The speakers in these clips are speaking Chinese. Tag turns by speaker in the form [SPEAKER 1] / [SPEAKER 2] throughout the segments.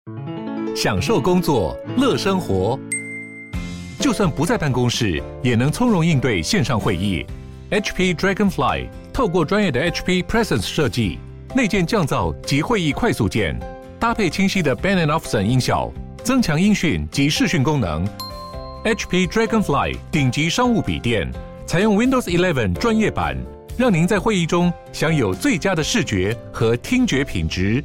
[SPEAKER 1] 享受工作，乐生活。就算不在办公室，也能从容应对线上会议。HP Dragonfly 透过专业的 HP Presence 设计，内建降噪及会议快速键，搭配清晰的 Bang & Olufsen 音效，增强音讯及视讯功能。HP Dragonfly 顶级商务笔电，采用 Windows 11专业版，让您在会议中享有最佳的视觉和听觉品质。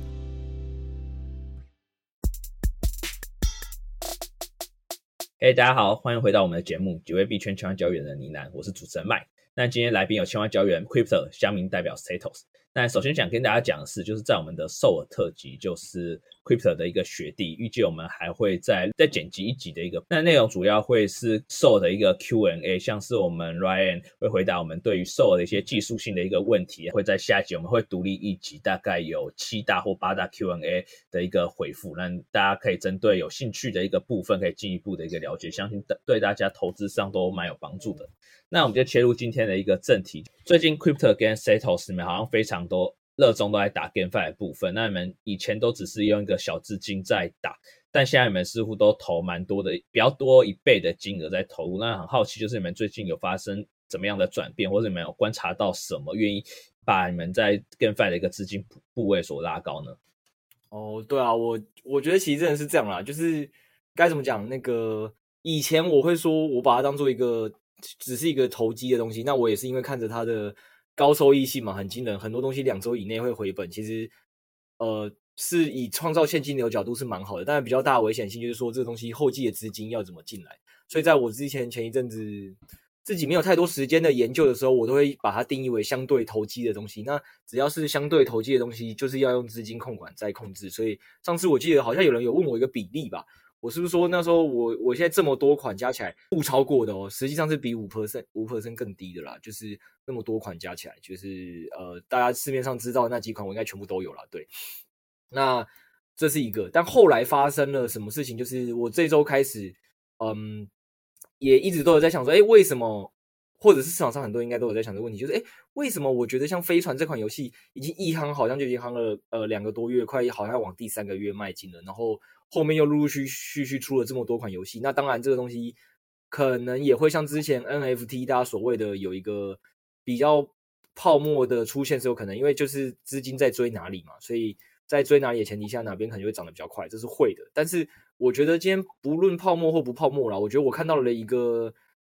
[SPEAKER 2] 大家好，欢迎回到我们的节目，几位币圈千万交易员的呢喃，我是主持人麦。那今天来宾有千万交易员 Crypto 乡民代表 Satos。那首先想跟大家讲的是，就是在我们的首尔特辑，就是 Crypto 的一个学弟，预计我们还会再剪辑一集的一个，那内容主要会是首尔的一个 Q&A， 像是我们 Ryan 会回答我们对于首尔的一些技术性的一个问题，会在下一集我们会独立一集，大概有7大或8大 Q&A 的一个回复，那大家可以针对有兴趣的一个部分可以进一步的一个了解，相信对大家投资上都蛮有帮助的。那我们就切入今天的一个正题。最近 Crypto 跟 Satos 你们好像非常多热衷都在打 GameFi 的部分，那你们以前都只是用一个小资金在打，但现在你们似乎都投蛮多的，比较多1倍的金额在投入。那很好奇，就是你们最近有发生怎么样的转变，或者你们有观察到什么愿意把你们在 GameFi 的一个资金部位所拉高呢？
[SPEAKER 3] 对啊，我觉得其实真的是这样啦，就是该怎么讲，那个以前我会说我把它当做只是一个投机的东西，那我也是因为看着它的高收益性嘛，很惊人，很多东西2周以内会回本，其实是以创造现金流角度是蛮好的，但是比较大的危险性就是说这个东西后继的资金要怎么进来，所以在我前一阵子自己没有太多时间的研究的时候，我都会把它定义为相对投机的东西。那只要是相对投机的东西，就是要用资金控管再控制。所以上次我记得好像有人有问我一个比例吧，我是不是说那时候我现在这么多款加起来不超过的哦，实际上是比 5% 更低的啦，就是那么多款加起来，就是大家市面上知道的那几款我应该全部都有啦，对。那这是一个，但后来发生了什么事情？就是我这周开始，也一直都有在想说，为什么？或者是市场上很多应该都有在想这个问题，就是为什么我觉得像飞船这款游戏已经一夯，好像就已经夯了2个多月，快好像往第3个月迈进了，然后后面又陆陆续续出了这么多款游戏，那当然这个东西可能也会像之前 NFT 大家所谓的有一个比较泡沫的出现是有可能，因为就是资金在追哪里嘛，所以在追哪里的前提下，哪边可能就会涨得比较快，这是会的。但是我觉得今天不论泡沫或不泡沫啦，我觉得我看到了一个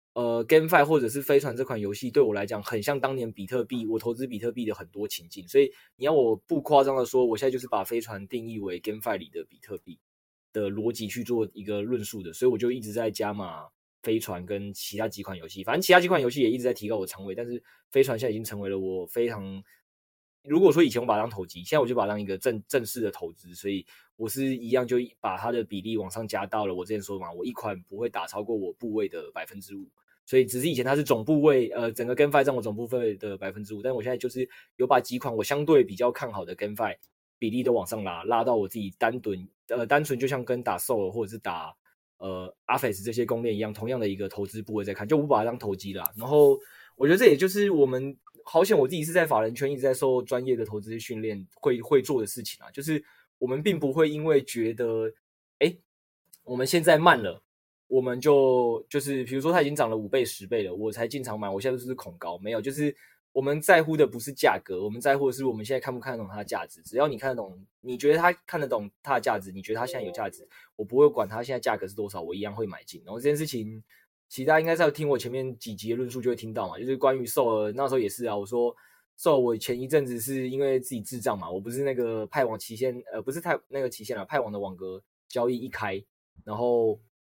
[SPEAKER 3] GameFi 或者是飞船这款游戏对我来讲很像当年比特币，我投资比特币的很多情境，所以你要我不夸张的说，我现在就是把飞船定义为 GameFi 里的比特币的逻辑去做一个论述的，所以我就一直在加码飞船跟其他几款游戏，反正其他几款游戏也一直在提高我仓位，但是飞船现在已经成为了我非常，如果说以前我把它当投机，现在我就把它当一个正式的投资，所以我是一样就把它的比例往上加到了我之前说嘛，我一款不会打超过我部位的 5%， 所以只是以前它是总部位整个 GameFi 占我总部位的 5%， 但我现在就是有把几款我相对比较看好的 GameFi 比例都往上拉到我自己单纯就像跟打 Soul 或者是打Aphis 这些公链一样，同样的一个投资部位在看，就不把它当投机啦。然后我觉得这也就是我们好险我自己是在法人圈一直在受专业的投资训练会做的事情啊，就是我们并不会因为觉得我们现在慢了，我们就是比如说它已经涨了5倍10倍了，我才进场买，我现在就是恐高，没有，就是我们在乎的不是价格，我们在乎的是我们现在看不看得懂它的价值。只要你看得懂，你觉得它看得懂它的价值，你觉得它现在有价值，我不会管它现在价格是多少，我一样会买进。然后这件事情其实大家应该在听我前面几集的论述就会听到嘛，就是关于Soul那时候也是啊，我说Soul我前一阵子是因为自己智障嘛，我不是那个派网期限不是那个期限啦，派网的网格交易一开，然后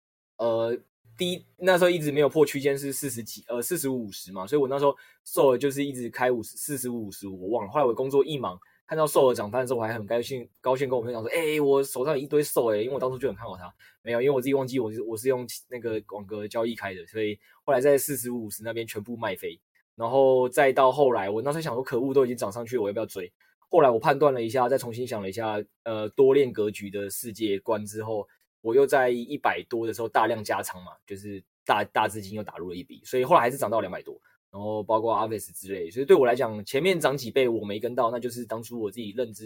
[SPEAKER 3] 那时候一直没有破区间是45-50嘛，所以我那时候Soul就是一直开45-55，我忘了。后来我工作一忙，看到Soul涨翻的时候，我还很高兴跟我朋友讲说，我手上有一堆Soul因为我当初就很看好它。没有，因为我自己忘记我是用那个网格交易开的，所以后来在45-50那边全部卖飞，然后再到后来，我那时候想说可恶，都已经涨上去了，我要不要追？后来我判断了一下，再重新想了一下，多链格局的世界观之后。我又在100多的时候大量加仓嘛，就是大资金又打入了一笔，所以后来还是涨到200多，然后包括 Aves 之类，所以对我来讲，前面涨几倍我没跟到，那就是当初我自己认知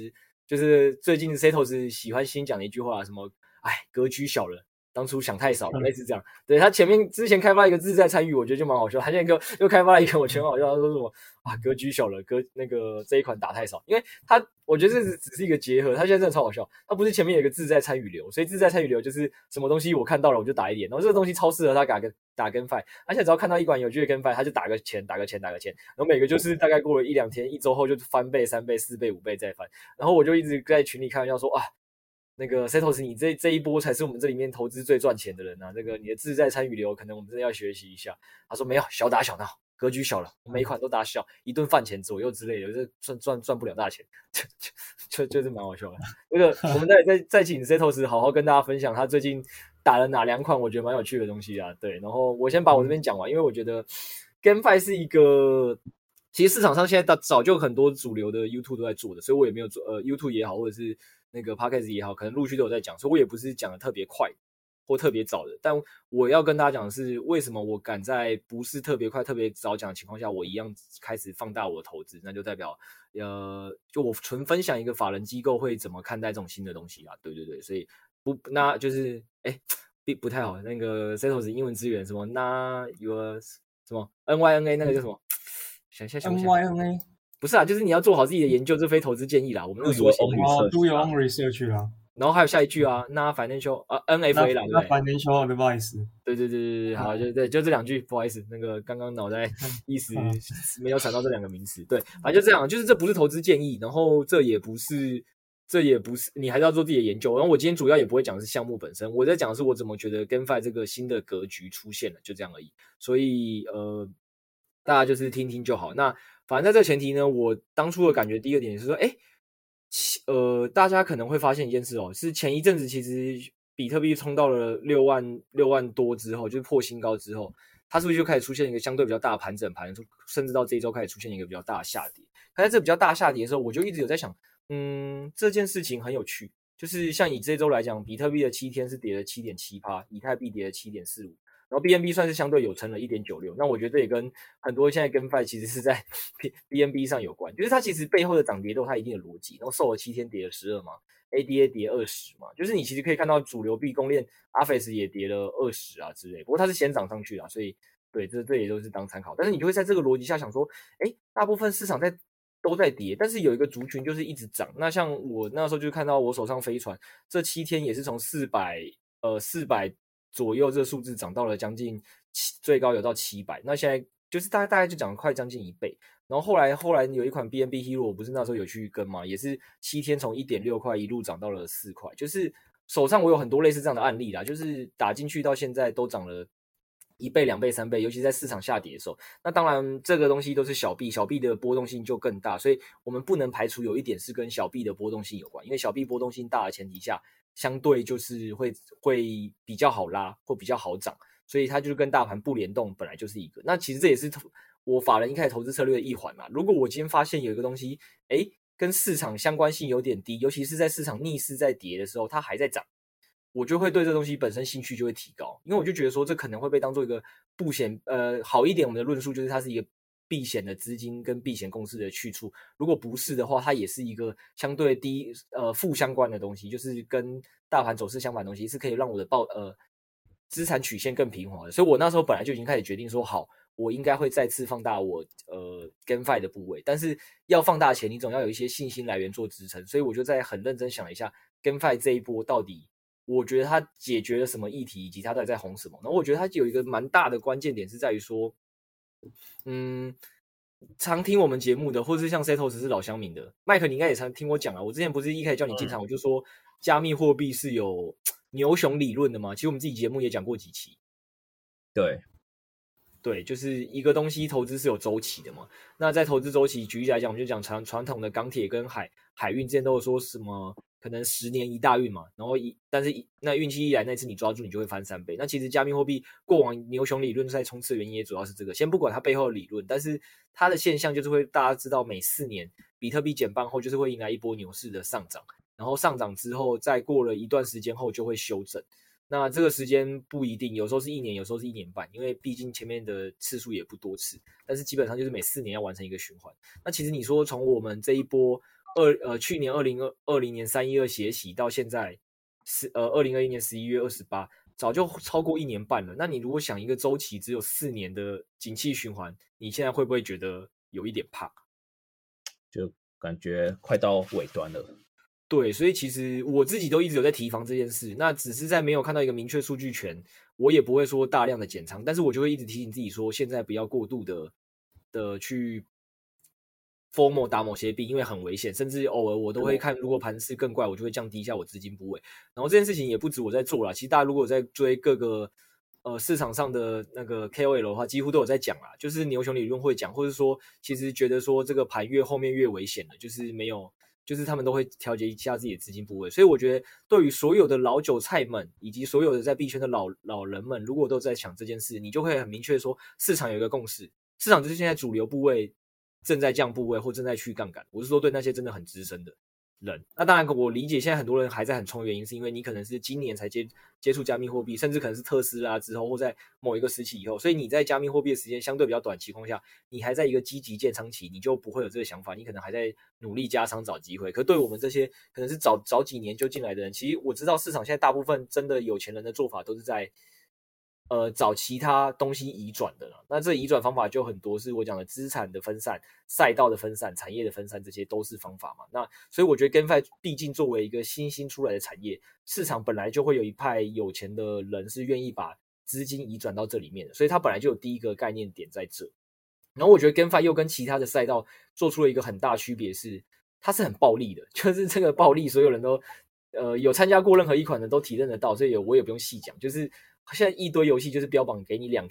[SPEAKER 3] 就是最近 Setos 喜欢新讲的一句话，什么格局小了，当初想太少了，类似这样。对，他之前开发一个自在参与，我觉得就蛮好笑。他现在又开发了一个，我觉得很好笑。他说什么格局小了，那个这一款打太少，因为我觉得这只是一个结合。他现在真的超好笑，他不是前面有一个自在参与流，所以自在参与流就是什么东西我看到了我就打一点，然后这个东西超适合他打跟 fight， 而且只要看到一款有趣的跟 fight， 他就打个钱，然后每个就是大概过了1-2天，1周后就翻倍、3倍、4倍、5倍再翻。然后我就一直在群里开玩笑说那个 Setos 你这一波才是我们这里面投资最赚钱的人啊，那个你的自在参与流可能我们真的要学习一下。他说没有，小打小闹，格局小了，每一款都打小，1顿饭钱左右之类的，这赚不了大钱，就是蛮好笑的。那个我们再请 Setos 好好跟大家分享他最近打了哪2款我觉得蛮有趣的东西啊。对，然后我先把我这边讲完，因为我觉得 GameFi 是一个其实市场上现在早就很多主流的 YouTube 都在做的，所以我也没有做YouTube 也好，或者是那个 Podcast 也好，可能陆续都有在讲，所以我也不是讲的特别快或特别早的。但我要跟大家讲的是，为什么我敢在不是特别快、特别早讲的情况下，我一样开始放大我的投资，那就代表就我纯分享一个法人机构会怎么看待这种新的东西啊。对，所以那就是不太好，那个 Setos 英文资源什么那有什么 NYNA 那个叫什么？想一下
[SPEAKER 4] NYNA
[SPEAKER 3] 不是啊，就是你要做好自己的研究，这非投资建议啦。我们那个缩写
[SPEAKER 4] do your own research 啦。
[SPEAKER 3] 然后还有下一句啊，那 financial NFA 啦，
[SPEAKER 4] 那 financial advice。
[SPEAKER 3] 对，好，就这2句，不好意思，那个刚刚脑袋一时没有想到这2个名词。对，反正就这样，就是这不是投资建议，然后这也不是，你还是要做自己的研究。然后我今天主要也不会讲的是项目本身，我在讲的是我怎么觉得 GameFi 这个新的格局出现了，就这样而已。所以大家就是听听就好。那反正在这个前提呢，我当初的感觉第一个点是说，大家可能会发现一件事是前一阵子其实比特币冲到了6万多之后，就是破新高之后，它是不是就开始出现一个相对比较大的盘整盘，甚至到这一周开始出现一个比较大的下跌？在这比较大下跌的时候，我就一直有在想，这件事情很有趣，就是像以这周来讲，比特币的7天是跌了 7.7%， 以太币跌了 7.45%。然后 BNB 算是相对有撑了 1.96%， 那我觉得这也跟很多现在跟 GameFi 其实是在 BNB 上有关，就是它其实背后的涨跌都有它一定的逻辑，然后受了7天跌了12嘛 ，ADA 跌20嘛，就是你其实可以看到主流币公链 Aves 也跌了20啊之类，不过它是先涨上去啦，所以对这也都是当参考，但是你就会在这个逻辑下想说，大部分市场都在跌，但是有一个族群就是一直涨，那像我那时候就看到我手上飞船这7天也是从400左右这个数字涨到了将近最高有到700，那现在就是大概就涨快将近1倍。然后后来有一款 BNB Hero， 我不是那时候有去跟嘛，也是7天从 1.6 块一路涨到了4块，就是手上我有很多类似这样的案例啦，就是打进去到现在都涨了1倍、2倍、3倍，尤其在市场下跌的时候。那当然这个东西都是小币的波动性就更大，所以我们不能排除有一点是跟小币的波动性有关，因为小币波动性大的前提下，相对就是会比较好拉或比较好涨，所以它就是跟大盘不联动，本来就是一个。那其实这也是我法人一开始投资策略的一环嘛。如果我今天发现有一个东西，跟市场相关性有点低，尤其是在市场逆势在跌的时候，它还在涨，我就会对这东西本身兴趣就会提高，因为我就觉得说这可能会被当做一个避险，好一点我们的论述就是它是一个避险的资金跟避险公司的去处，如果不是的话，它也是一个相对低负相关的东西，就是跟大盘走势相反的东西，是可以让我的资产曲线更平滑的。所以我那时候本来就已经开始决定说，好，我应该会再次放大我GameFi 的部位，但是要放大前，你总要有一些信心来源做支撑，所以我就在很认真想了一下 GameFi 这一波到底。我觉得它解决了什么议题，以及它到底在红什么。然后我觉得它有一个蛮大的关键点是在于说，常听我们节目的，或者是像 Setos 是老乡民的，麦克你应该也常听我讲啊。我之前不是一开始叫你进场，我就说加密货币是有牛熊理论的嘛。其实我们自己节目也讲过几期。对，就是一个东西投资是有周期的嘛。那在投资周期，举例来讲，我们就讲传统的钢铁跟海运之前都有说什么。可能10年一大运嘛，然后但是那运气一来，那次你抓住你就会翻3倍。那其实加密货币过往牛熊理论在冲刺的原因也主要是这个。先不管它背后的理论，但是它的现象就是会大家知道，每4年比特币减半后，就是会迎来一波牛市的上涨，然后上涨之后，再过了一段时间后就会修正。那这个时间不一定，有时候是1年，有时候是1年半，因为毕竟前面的次数也不多次，但是基本上就是每4年要完成一个循环。那其实你说从我们这一波去年2020年312血洗到现在2021年11月28，早就超过1年半了。那你如果想一个周期只有4年的景气循环，你现在会不会觉得有一点怕？
[SPEAKER 2] 就感觉快到尾端了。
[SPEAKER 3] 对，所以其实我自己都一直有在提防这件事，那只是在没有看到一个明确数据前，我也不会说大量的减仓，但是我就会一直提醒自己说，现在不要过度的去 FOMO 打某些币，因为很危险，甚至偶尔我都会看，如果盘势更怪，我就会降低一下我资金部位。然后这件事情也不止我在做啦，其实大家如果在追各个市场上的那个 KOL 的话，几乎都有在讲啦，就是牛熊理论会讲，或者说其实觉得说这个盘越后面越危险了，就是没有。就是他们都会调节一下自己的资金部位，所以我觉得对于所有的老韭菜们，以及所有的在币圈的老人们，如果都在想这件事，你就会很明确说，市场有一个共识，市场就是现在主流部位正在降部位或正在去杠杆。我是说对那些真的很资深的人，那当然我理解现在很多人还在很冲的原因，是因为你可能是今年才接触加密货币，甚至可能是特斯拉之后或在某一个时期以后，所以你在加密货币的时间相对比较短的情况下，你还在一个积极建仓期，你就不会有这个想法，你可能还在努力加仓找机会。可对我们这些可能是早几年就进来的人，其实我知道市场现在大部分真的有钱人的做法都是在找其他东西移转的了。那这移转方法就很多，是我讲的资产的分散、赛道的分散、产业的分散，这些都是方法嘛。那所以我觉得 GameFi 毕竟作为一个新兴出来的产业，市场本来就会有一派有钱的人是愿意把资金移转到这里面的，所以它本来就有第一个概念点在这。然后我觉得 GameFi 又跟其他的赛道做出了一个很大区别是，它是很暴力的，就是这个暴力所有人都有参加过任何一款的都体认得到，所以我也不用细讲，就是现在一堆游戏就是标榜给你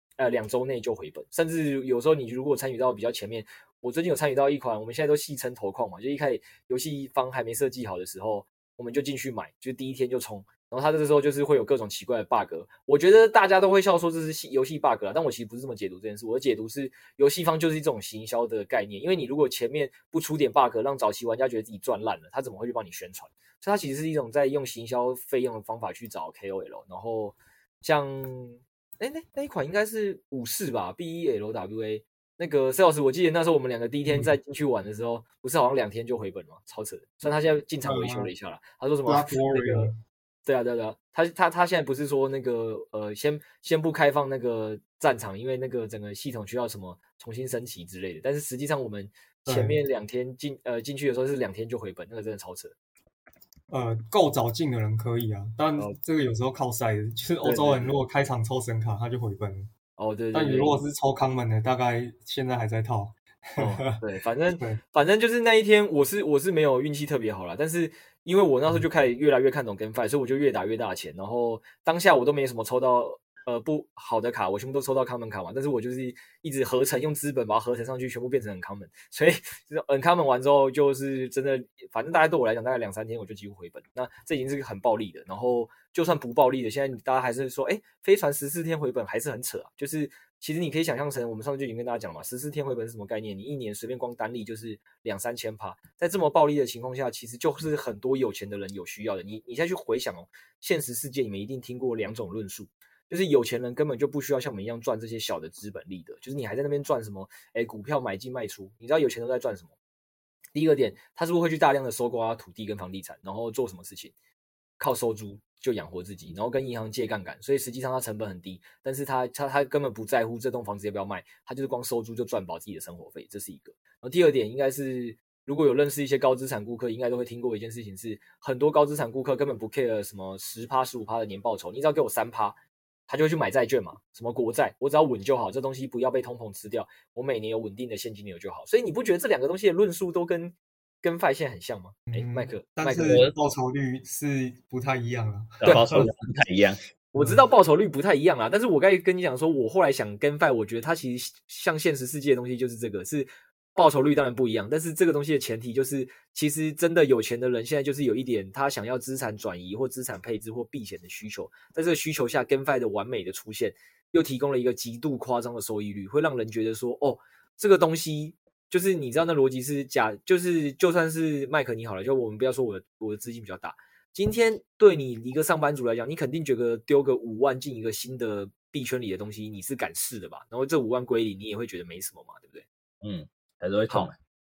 [SPEAKER 3] 2周内就回本，甚至有时候你如果参与到比较前面，我最近有参与到一款，我们现在都戏称头矿嘛，就一开始游戏方还没设计好的时候，我们就进去买，就第一天就冲，然后它这时候就是会有各种奇怪的 bug， 我觉得大家都会笑说这是游戏 bug 啦，但我其实不是这么解读这件事，我的解读是游戏方就是一种行销的概念，因为你如果前面不出点 bug， 让早期玩家觉得自己赚烂了，他怎么会去帮你宣传？所以它其实是一种在用行销费用的方法去找 KOL， 然后像那一款应该是武士吧 ，BELWA 那个 sales， 我记得那时候我们两个第一天在进去玩的时候，不是好像2天就回本吗？超扯的。虽然他现在进场维修了一下啦，他说什么那个对啊，他现在不是说那个先不开放那个战场，因为那个整个系统需要什么重新升级之类的。但是实际上我们前面2天进去的时候是2天就回本，那个真的超扯。
[SPEAKER 4] 够早进的人可以啊，但这个有时候靠赛的，就是欧洲人如果开场抽神卡，他就回本了。
[SPEAKER 3] 哦，对。
[SPEAKER 4] 但你如果是抽common的，大概现在还在套。
[SPEAKER 3] 对，反正就是那一天，我是没有运气特别好啦，但是因为我那时候就开始越来越看懂 GameFi，所以我就越打越大的钱，然后当下我都没什么抽到不好的卡，我全部都抽到 common 卡嘛，但是我就是一直合成，用资本把它合成上去，全部变成 uncommon， 所以就是 uncommon 完之后，就是真的，反正大概对我来讲，大概2-3天我就几乎回本。那这已经是个很暴利的，然后就算不暴利的，现在大家还是说，飞船14天回本还是很扯啊。就是其实你可以想象成，我们上次就已经跟大家讲了嘛，14天回本是什么概念？你一年随便光单利就是2-3千%，在这么暴利的情况下，其实就是很多有钱的人有需要的。你现在去回想哦，现实世界你们一定听过2种论述。就是有钱人根本就不需要像我们一样赚这些小的资本利得，就是你还在那边赚什么？股票买进卖出，你知道有钱人都在赚什么？第一个点，他是不是会去大量的收刮土地跟房地产，然后做什么事情？靠收租就养活自己，然后跟银行借杠杆，所以实际上他成本很低，但是他根本不在乎这栋房子要不要卖，他就是光收租就赚饱自己的生活费，这是一个。然后第二点应该是，如果有认识一些高资产顾客，应该都会听过一件事情是，很多高资产顾客根本不 care 什么10%、15%的年报酬，你只要给我3%。他就会去买债券嘛，什么国债，我只要稳就好，这东西不要被通膨吃掉，我每年有稳定的现金流就好。所以你不觉得这2个东西的论述都跟 GameFi 现在很像吗？麦克，
[SPEAKER 4] 但是报酬率是不太一样啊。
[SPEAKER 2] 对，报酬率不太一样。
[SPEAKER 3] 我知道报酬率不太一样啦，但是我刚才跟你讲说，我后来想 GameFi， 我觉得它其实像现实世界的东西就是这个是。报酬率当然不一样，但是这个东西的前提就是，其实真的有钱的人现在就是有一点他想要资产转移或资产配置或避险的需求，在这个需求下 GameFi 的完美的出现，又提供了一个极度夸张的收益率，会让人觉得说，哦，这个东西就是你知道那逻辑是假，就是就算是麦克你好了，就我们不要说我的资金比较大，今天对你一个上班族来讲，你肯定觉得丢个5万进一个新的币圈里的东西，你是敢试的吧？然后这5万归零，你也会觉得没什么嘛，对不对？
[SPEAKER 2] 还是会痛。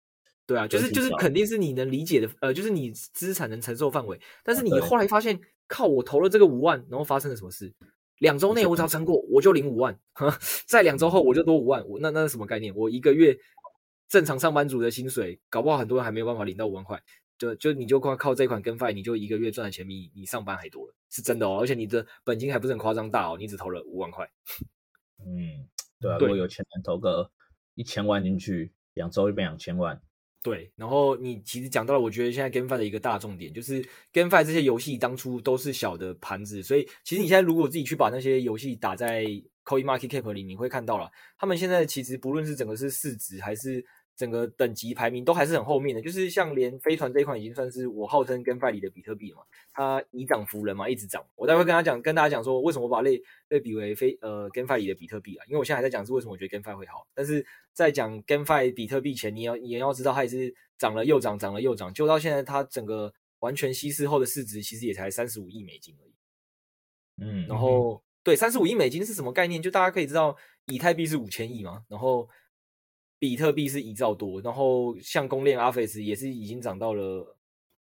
[SPEAKER 3] 对啊，就是肯定是你能理解的，就是你资产能承受范围。但是你后来发现，靠，我投了这个5万，然后发生了什么事？2周内我只要撑过，我就领5万，在2周后我就多5万，那是什么概念？我一个月正常上班族的薪水，搞不好很多人还没有办法领到5万块。就你就靠这款GameFi，你就一个月赚的钱比你上班还多了，是真的哦。而且你的本金还不是很夸张大哦，你只投了5万块。
[SPEAKER 2] 对啊，如果有钱人投个1000万进去，2周就变2000万。
[SPEAKER 3] 对，然后你其实讲到了，我觉得现在 GameFi 的一个大重点就是 GameFi 这些游戏当初都是小的盘子，所以其实你现在如果自己去把那些游戏打在 CoinMarketCap 里，你会看到了，他们现在其实不论是整个是市值还是整个等级排名都还是很后面的，就是像连飞船这一款已经算是我号称 GameFi 里的比特币了嘛，它以涨服人嘛，一直涨。我待会跟大家讲说为什么我把类比为GameFi 里的比特币啊，因为我现在还在讲是为什么我觉得 GameFi 会好，但是在讲 GameFi 比特币前，你要知道它也是涨了又涨，涨了又涨，就到现在它整个完全稀释后的市值其实也才35亿美金而已。然后对35亿美金是什么概念？就大家可以知道，以太币是5000亿嘛，然后比特币是1兆多，然后像公链 Aves 也是已经涨到了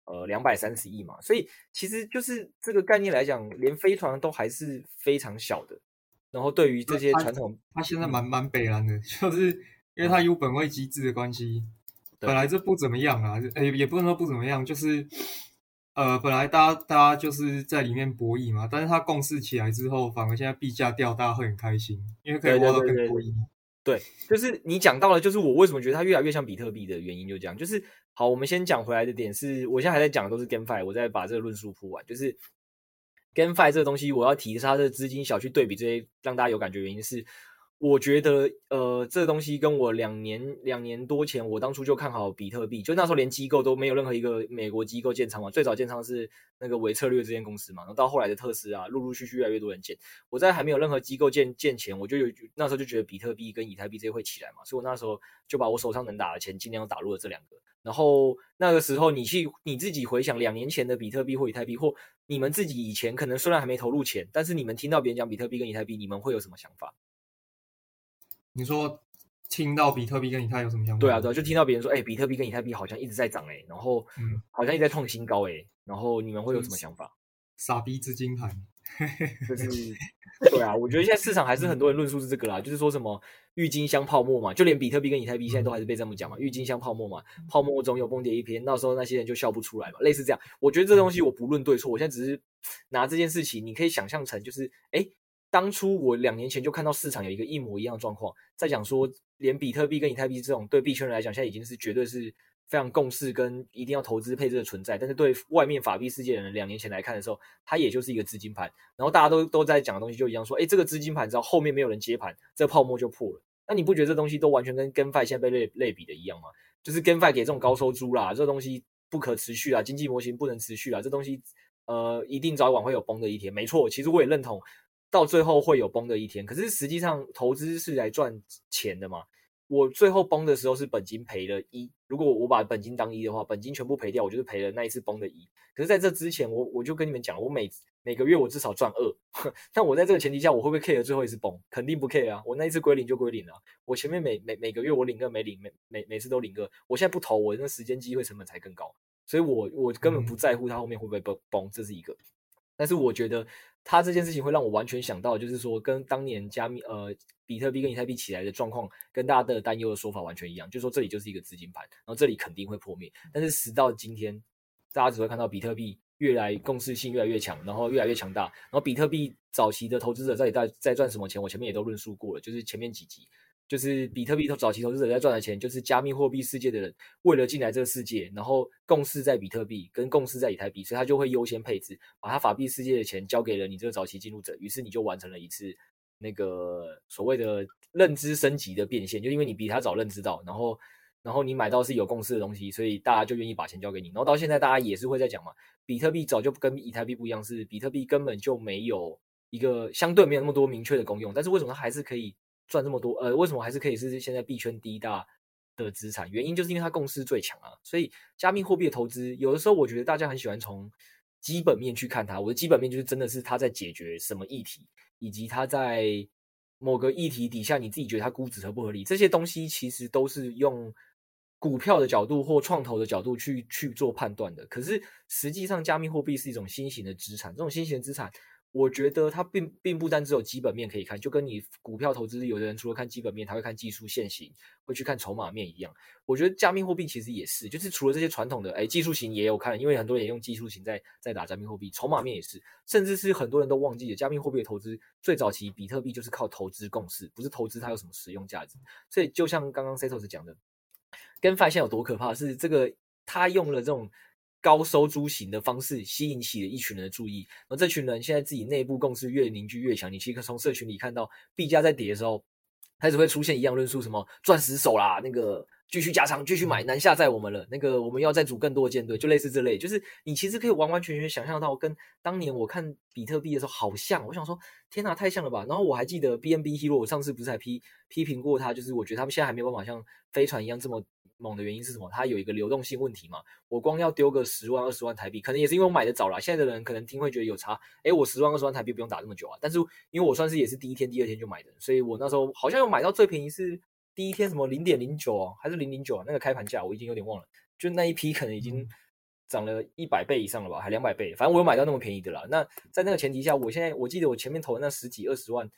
[SPEAKER 3] 230亿嘛，所以其实就是这个概念来讲，连飞船都还是非常小的。然后对于这些传统，
[SPEAKER 4] 它现在蛮北蓝的，就是因为它有本位机制的关系，本来这不怎么样啊，也不能说不怎么样，就是本来大家就是在里面博弈嘛，但是它共识起来之后，反而现在币价掉，大家会很开心，因为可以挖到更多亿。
[SPEAKER 3] 对，就是你讲到了，就是我为什么觉得它越来越像比特币的原因，就这样。就是好，我们先讲回来的点是，我现在还在讲的都是 GameFi， 我再把这个论述铺完。就是 GameFi 这个东西，我要提的是它的资金小，去对比这些让大家有感觉的原因是，我觉得这个东西跟我两年多前，我当初就看好比特币，就那时候连机构都没有任何一个美国机构建仓嘛，最早建仓是那个微策略这间公司嘛，然后到后来的特斯拉，陆陆续续越来越多人建。我在还没有任何机构建前，我就那时候就觉得比特币跟以太币这些会起来嘛，所以我那时候就把我手上能打的钱尽量打入了这两个。然后那个时候你自己回想2年前的比特币或以太币，或你们自己以前可能虽然还没投入钱，但是你们听到别人讲比特币跟以太币，你们会有什么想法？
[SPEAKER 4] 你说听到比特币跟以太有什么想法？
[SPEAKER 3] 对啊，就听到别人说，比特币跟以太币好像一直在涨然后好像一直在创新高然后你们会有什么想法？
[SPEAKER 4] 傻逼资金盘，
[SPEAKER 3] 就是对啊，我觉得现在市场还是很多人论述是这个啦，就是说什么郁金香泡沫嘛，就连比特币跟以太币现在都还是被这么讲嘛，郁金香泡沫嘛，泡沫总有崩跌一天，到时候那些人就笑不出来嘛，类似这样。我觉得这东西我不论对错，我现在只是拿这件事情，你可以想象成就是当初我2年前就看到市场有一个一模一样的状况，在讲说连比特币跟以太币这种对币圈人来讲，现在已经是绝对是非常共识跟一定要投资配置的存在，但是对外面法币世界的人2年前来看的时候，它也就是一个资金盘，然后大家都在讲的东西就一样说，这个资金盘只要后面没有人接盘，这个泡沫就破了。那你不觉得这东西都完全跟 GameFi 现在被类比的一样吗？就是 GameFi 给这种高收租啦，这东西不可持续啦，经济模型不能持续啦，这东西一定早晚会有崩的一天。没错，其实我也认同到最后会有崩的一天，可是实际上投资是来赚钱的嘛。我最后崩的时候是本金赔了1，如果我把本金当1的话，本金全部赔掉，我就是赔了那一次崩的1。可是在这之前，我就跟你们讲，我每个月我至少赚2。但我在这个前提下，我会不会 care 最后一次崩？肯定不 care 啊！我那一次归零就归零了。我前面每个月我领个没领，每次都领个。我现在不投，我那时间机会成本才更高，所以我根本不在乎它后面会不会崩，这是一个。但是我觉得他这件事情会让我完全想到，就是说跟当年比特币跟以太币起来的状况，跟大家的担忧的说法完全一样，就是说这里就是一个资金盘，然后这里肯定会破灭。但是时到今天，大家只会看到比特币共识性越来越强，然后越来越强大。然后比特币早期的投资者在赚什么钱，我前面也都论述过了，就是前面几集。就是比特币早期投资者在赚的钱，就是加密货币世界的人为了进来这个世界，然后共识在比特币跟共识在以太币，所以他就会优先配置，把他法币世界的钱交给了你这个早期进入者，于是你就完成了一次那个所谓的认知升级的变现，就因为你比他早认知到，然后你买到是有共识的东西，所以大家就愿意把钱交给你。然后到现在大家也是会在讲嘛，比特币早就跟以太币不一样，是比特币根本就没有一个相对没有那么多明确的功用，但是为什么它还是可以赚这么多？为什么还是可以是现在币圈第一大的资产？原因就是因为它共识最强啊。所以加密货币的投资，有的时候我觉得大家很喜欢从基本面去看它。我的基本面就是真的是它在解决什么议题，以及它在某个议题底下你自己觉得它估值合不合理，这些东西其实都是用股票的角度或创投的角度去做判断的。可是实际上，加密货币是一种新型的资产，这种新型的资产，我觉得它并不单只有基本面可以看，就跟你股票投资，有的人除了看基本面，他会看技术线型，会去看筹码面一样。我觉得加密货币其实也是，就是除了这些传统的，技术型也有看，因为很多人也用技术型在打加密货币，筹码面也是，甚至是很多人都忘记了加密货币的投资，最早期比特币就是靠投资共识，不是投资它有什么实用价值。所以就像刚刚 Setos 讲的，GameFi 现在有多可怕，是这个他用了这种高收租型的方式吸引起了一群人的注意，然后这群人现在自己内部共识越凝聚越强。你其实从社群里看到币价在跌的时候，开始会出现一样论述，什么钻石手啦，那个继续加仓，继续买，南下载我们了，那个我们要再组更多的舰队，就类似这类，就是你其实可以完完全全想象到，跟当年我看比特币的时候好像，我想说天哪，太像了吧。然后我还记得 BNB Hero， 我上次不是还批评过他，就是我觉得他们现在还没有办法像飞船一样这么猛的原因是什么？它有一个流动性问题嘛。我光要丢个10万20万台币，可能也是因为我买的早啦。现在的人可能听会觉得有差，我10万20万台币不用打这么久啊。但是因为我算是也是第一天第二天就买的，所以我那时候好像有买到最便宜是第一天什么 0.09 哦，还是009啊？那个开盘价我已经有点忘了，就那一批可能已经涨了100倍以上了吧，还200倍。反正我有买到那么便宜的啦。那在那个前提下，我记得我前面投的那10几20万，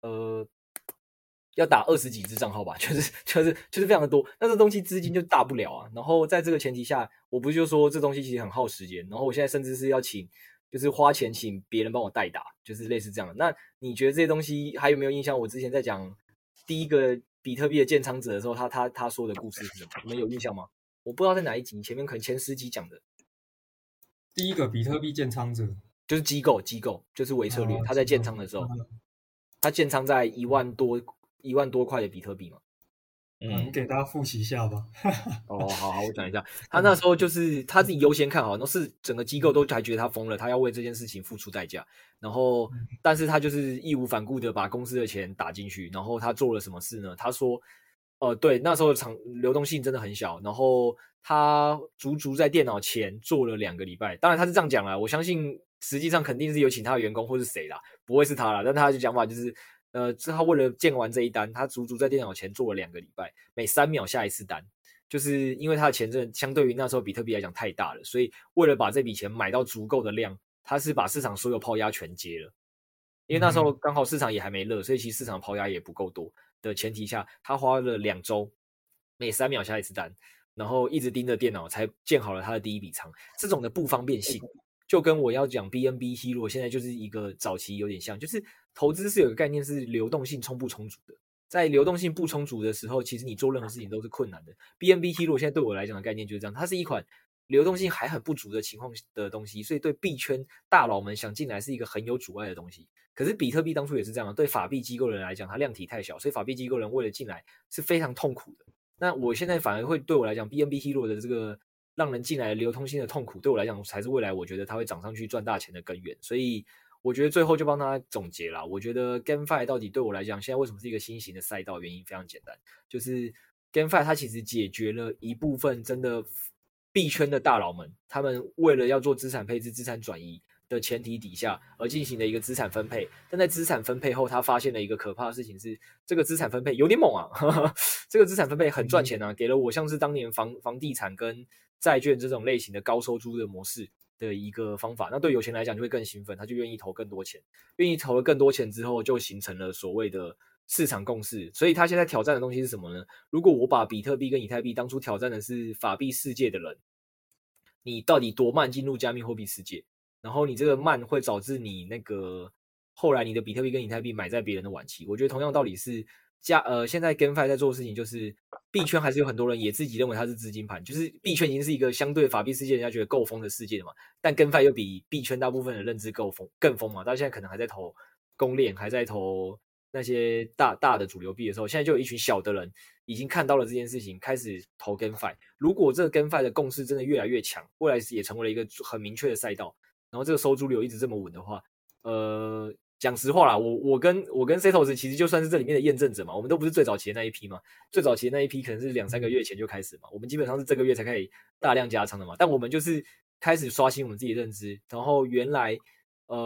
[SPEAKER 3] 要打20几只账号吧，就是非常的多，那这东西资金就大不了啊。然后在这个前提下，我不是就说这东西其实很耗时间，然后我现在甚至是要就是花钱请别人帮我代打，就是类似这样的。那你觉得这些东西还有没有印象？我之前在讲第一个比特币的建仓者的时候，他说的故事是什么？你们有印象吗？我不知道在哪一集，前面可能前10集讲的。
[SPEAKER 4] 第一个比特币建仓者
[SPEAKER 3] 就是机构，就是微策略，他在建仓的时候，他建仓在1万多块的比特币嘛。
[SPEAKER 4] 你给大家复习一下吧。
[SPEAKER 3] 好，我讲一下。他那时候就是他自己优先看好，然后是整个机构都还觉得他疯了，他要为这件事情付出代价。然后，但是他就是义无反顾的把公司的钱打进去。然后他做了什么事呢？他说，对，那时候流动性真的很小。然后他足足在电脑前做了2个礼拜。当然他是这样讲啦，我相信实际上肯定是有请他的员工或是谁啦，不会是他啦。但他的讲法就是。他为了建完这一单，他足足在电脑前做了2个礼拜，每3秒下一次单，就是因为他的钱真的相对于那时候比特币来讲太大了，所以为了把这笔钱买到足够的量，他是把市场所有抛压全接了。因为那时候刚好市场也还没热，所以其实市场抛压也不够多的前提下，他花了2周，每3秒下一次单，然后一直盯着电脑才建好了他的第一笔仓。这种的不方便性，就跟我要讲 BNB Hero 现在就是一个早期有点像，就是投资是有个概念是流动性充不充足的，在流动性不充足的时候，其实你做任何事情都是困难的。BNB Hero 现在对我来讲的概念就是这样，它是一款流动性还很不足的情况的东西，所以对币圈大佬们想进来是一个很有阻碍的东西。可是比特币当初也是这样，对法币机构人来讲，它量体太小，所以法币机构人为了进来是非常痛苦的。那我现在反而会对我来讲 BNB Hero 的这个让人进来的流通性的痛苦，对我来讲才是未来我觉得它会涨上去赚大钱的根源。所以我觉得最后就帮他总结啦。我觉得 GameFi 到底对我来讲，现在为什么是一个新型的赛道？原因非常简单，就是 GameFi 它其实解决了一部分真的币圈的大佬们，他们为了要做资产配置、资产转移的前提底下而进行的一个资产分配。但在资产分配后，他发现了一个可怕的事情是，这个资产分配有点猛啊，这个资产分配很赚钱啊，给了我像是当年房地产跟债券这种类型的高收租的模式的一个方法。那对有钱来讲就会更兴奋，他就愿意投更多钱，愿意投了更多钱之后，就形成了所谓的市场共识。所以他现在挑战的东西是什么呢？如果我把比特币跟以太币当初挑战的是法币世界的人，你到底多慢进入加密货币世界？然后你这个慢会导致你那个后来你的比特币跟以太币买在别人的晚期。我觉得同样道理是现在 GameFi 在做的事情就是币圈还是有很多人也自己认为它是资金盘，就是币圈已经是一个相对法币世界人家觉得够疯的世界了嘛，但 GameFi 又比币圈大部分的认知更疯嘛，大家现在可能还在投公链，还在投那些大的主流币的时候，现在就有一群小的人已经看到了这件事情，开始投 GameFi。如果这个 GameFi 的共识真的越来越强，未来也成为了一个很明确的赛道，然后这个收租流一直这么稳的话，讲实话啦，我跟 Setos 其实就算是这里面的验证者嘛，我们都不是最早期的那一批嘛，最早期的那一批可能是2-3个月前就开始嘛，我们基本上是这个月才开始大量加仓的嘛，但我们就是开始刷新我们自己的认知，然后原来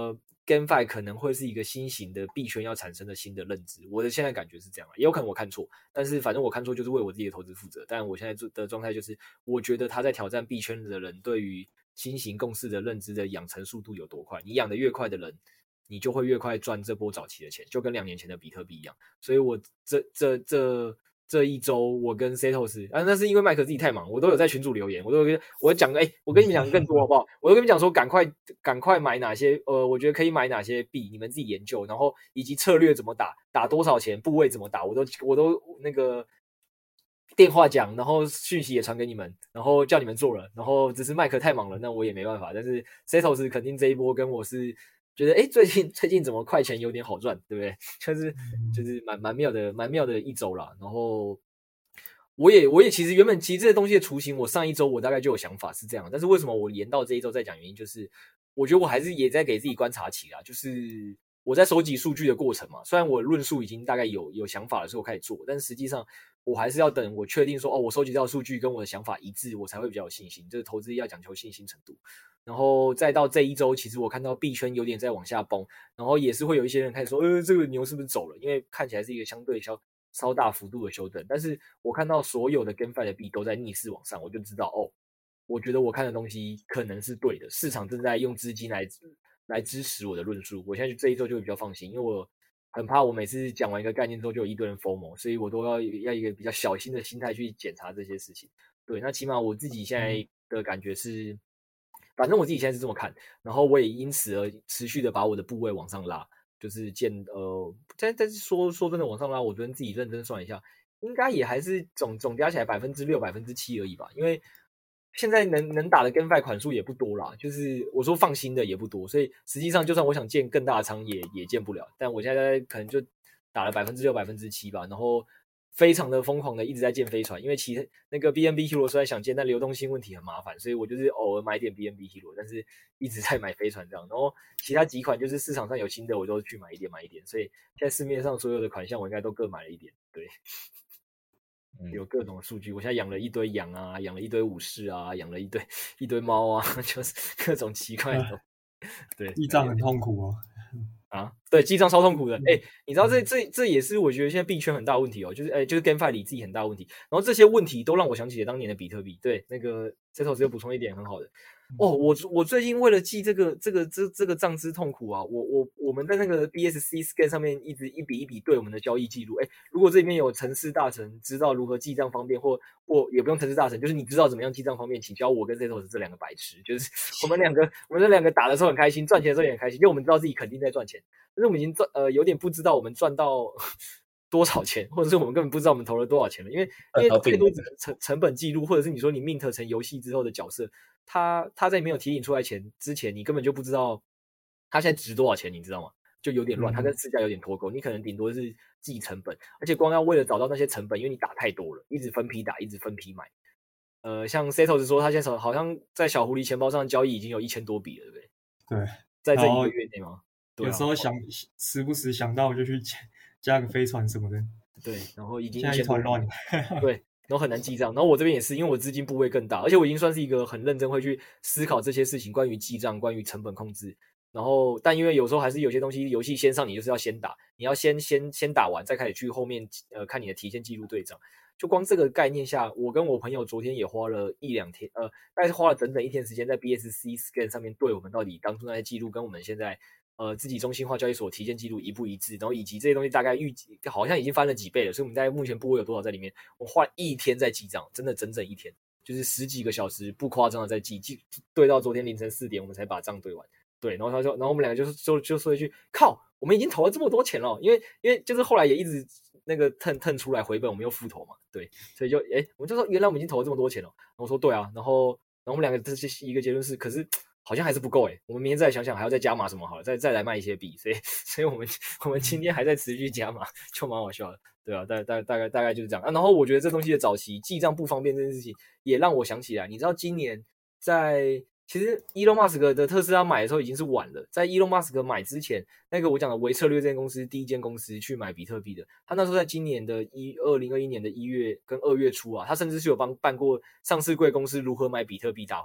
[SPEAKER 3] GameFi 可能会是一个新型的币圈要产生的新的认知。我的现在感觉是这样，也有可能我看错，但是反正我看错就是为我自己的投资负责。但我现在的状态就是，我觉得他在挑战币圈的人对于新型共识的认知的养成速度有多快，你养的越快的人，你就会越快赚这波早期的钱，就跟2年前的比特币一样。所以我这一周我跟 Setos 那是因为麦克自己太忙，我都有在群组留言，我讲我跟你们讲更多好不好？我都跟你们讲说赶快买哪些我觉得可以买哪些币，你们自己研究，然后以及策略怎么打多少钱，部位怎么打，我都那个电话讲，然后讯息也传给你们，然后叫你们做了，然后只是麦克太忙了，那我也没办法。但是 Setos 肯定这一波跟我是觉得最近怎么快钱有点好赚，对不对？就是蛮妙的一周啦。然后我也其实原本这些东西的雏形，我上一周我大概就有想法是这样，但是为什么我延到这一周再讲？原因就是我觉得我还是也在给自己观察期啦，就是我在收集数据的过程嘛。虽然我论述已经大概有想法的时候开始做，但是实际上我还是要等我确定说我收集到的数据跟我的想法一致，我才会比较有信心。就是投资要讲求信心程度。然后再到这一周，其实我看到币圈有点在往下崩，然后也是会有一些人开始说，这个牛是不是走了？因为看起来是一个相对稍大幅度的修正。但是我看到所有的 GameFi 的币都在逆势往上，我就知道我觉得我看的东西可能是对的，市场正在用资金来支持我的论述。我现在这一周就会比较放心，因为我很怕我每次讲完一个概念之后就有一堆人 FOMO， 所以我都要一个比较小心的心态去检查这些事情。对，那起码我自己现在的感觉是，反正我自己现在是这么看，然后我也因此而持续的把我的部位往上拉，就是但是说真的往上拉，我昨天自己认真算一下，应该也还是总加起来6%、7%而已吧，因为现在能打的 GameFi 款数也不多啦，就是我说放心的也不多，所以实际上就算我想建更大的仓也建不了，但我现在可能就打了6%、7%吧，然后非常的疯狂的一直在建飞船，因为那个 BNB Hero 虽然想建，但流动性问题很麻烦，所以我就是偶尔买点 BNB Hero， 但是一直在买飞船这样。然后其他几款就是市场上有新的，我都去买一点，所以现在市面上所有的款项我应该都各买了一点。对，有各种数据，我现在养了一堆羊啊，养了一堆武士啊，养了一堆猫啊，就是各种奇怪的。对，
[SPEAKER 4] 记账很痛苦哦。
[SPEAKER 3] 对，记账超痛苦的。你知道这也是我觉得现在币圈很大的问题哦，就是 GameFi 里自己很大的问题。然后这些问题都让我想起了当年的比特币。对，那个 Setos 又补充一点很好的。我最近为了记这个账之痛苦啊，我们在那个 BSC Scan 上面一直一笔一笔对我们的交易记录。如果这里面有程式大神知道如何记账方便，或也不用程式大神，就是你知道怎么样记账方便，请教我跟 Setos 这两个白痴。就是我们这两个打的时候很开心，赚钱的时候也很开心，因为我们知道自己肯定在赚钱，但是我们已经有点不知道我们赚到多少钱，或者是我们根本不知道我们投了多少钱了，因为太多成本记录，或者是你说你 mint 成游戏之后的角色，他在没有提醒出来之前，你根本就不知道他现在值多少钱，你知道吗？就有点乱，他跟市价有点脱钩，你可能顶多是记成本，而且光要为了找到那些成本，因为你打太多了，一直分批打，一直分批买。像 Setos 说，他现在好像在小狐狸钱包上交易已经有1000多笔了，对不对？
[SPEAKER 4] 对，
[SPEAKER 3] 在这一个月内吗？
[SPEAKER 4] 有时候时不时想到就去加个飞船什么的。
[SPEAKER 3] 对，然后已经
[SPEAKER 4] 现在一团乱。
[SPEAKER 3] 对，然后很难记账。然后我这边也是，因为我资金部位更大，而且我已经算是一个很认真会去思考这些事情，关于记账，关于成本控制。然后，但因为有时候还是有些东西，游戏先上你就是要先打，你要先打完，再开始去后面看你的提现记录对账。就光这个概念下，我跟我朋友昨天也花了1-2天，大概是花了整整1天时间在 BSC Scan 上面对我们到底当初那些记录跟我们现在自己中心化交易所提现记录一不一致，然后以及这些东西大概预计好像已经翻了几倍了，所以我们大概目前部位有多少在里面，我花1天在记账，真的整整1天，就是10几个小时不夸张的在记对到昨天凌晨4点我们才把账对完。对，然后我们两个就说一句，靠，我们已经投了这么多钱了，因为就是后来也一直那个腾出来回本，我们又复投嘛，对，所以就我们就说原来我们已经投了这么多钱了，然后说对啊，然后我们两个这是一个结论是，可是好像还是不够我们明天再想想还要再加码什么好了，再来卖一些币，所以我们今天还在持续加码，就蛮好笑的，对啊，大概就是这样然后我觉得这东西的早期记账不方便这件事情，也让我想起来，你知道今年其实 Elon Musk 的特斯拉买的时候已经是晚了，在 Elon Musk 买之前，那个我讲的微策略这间公司第一间公司去买比特币的，他那时候在今年的2021年的1月跟2月初啊，他甚至是有办过上市柜公司如何买比特币大会的，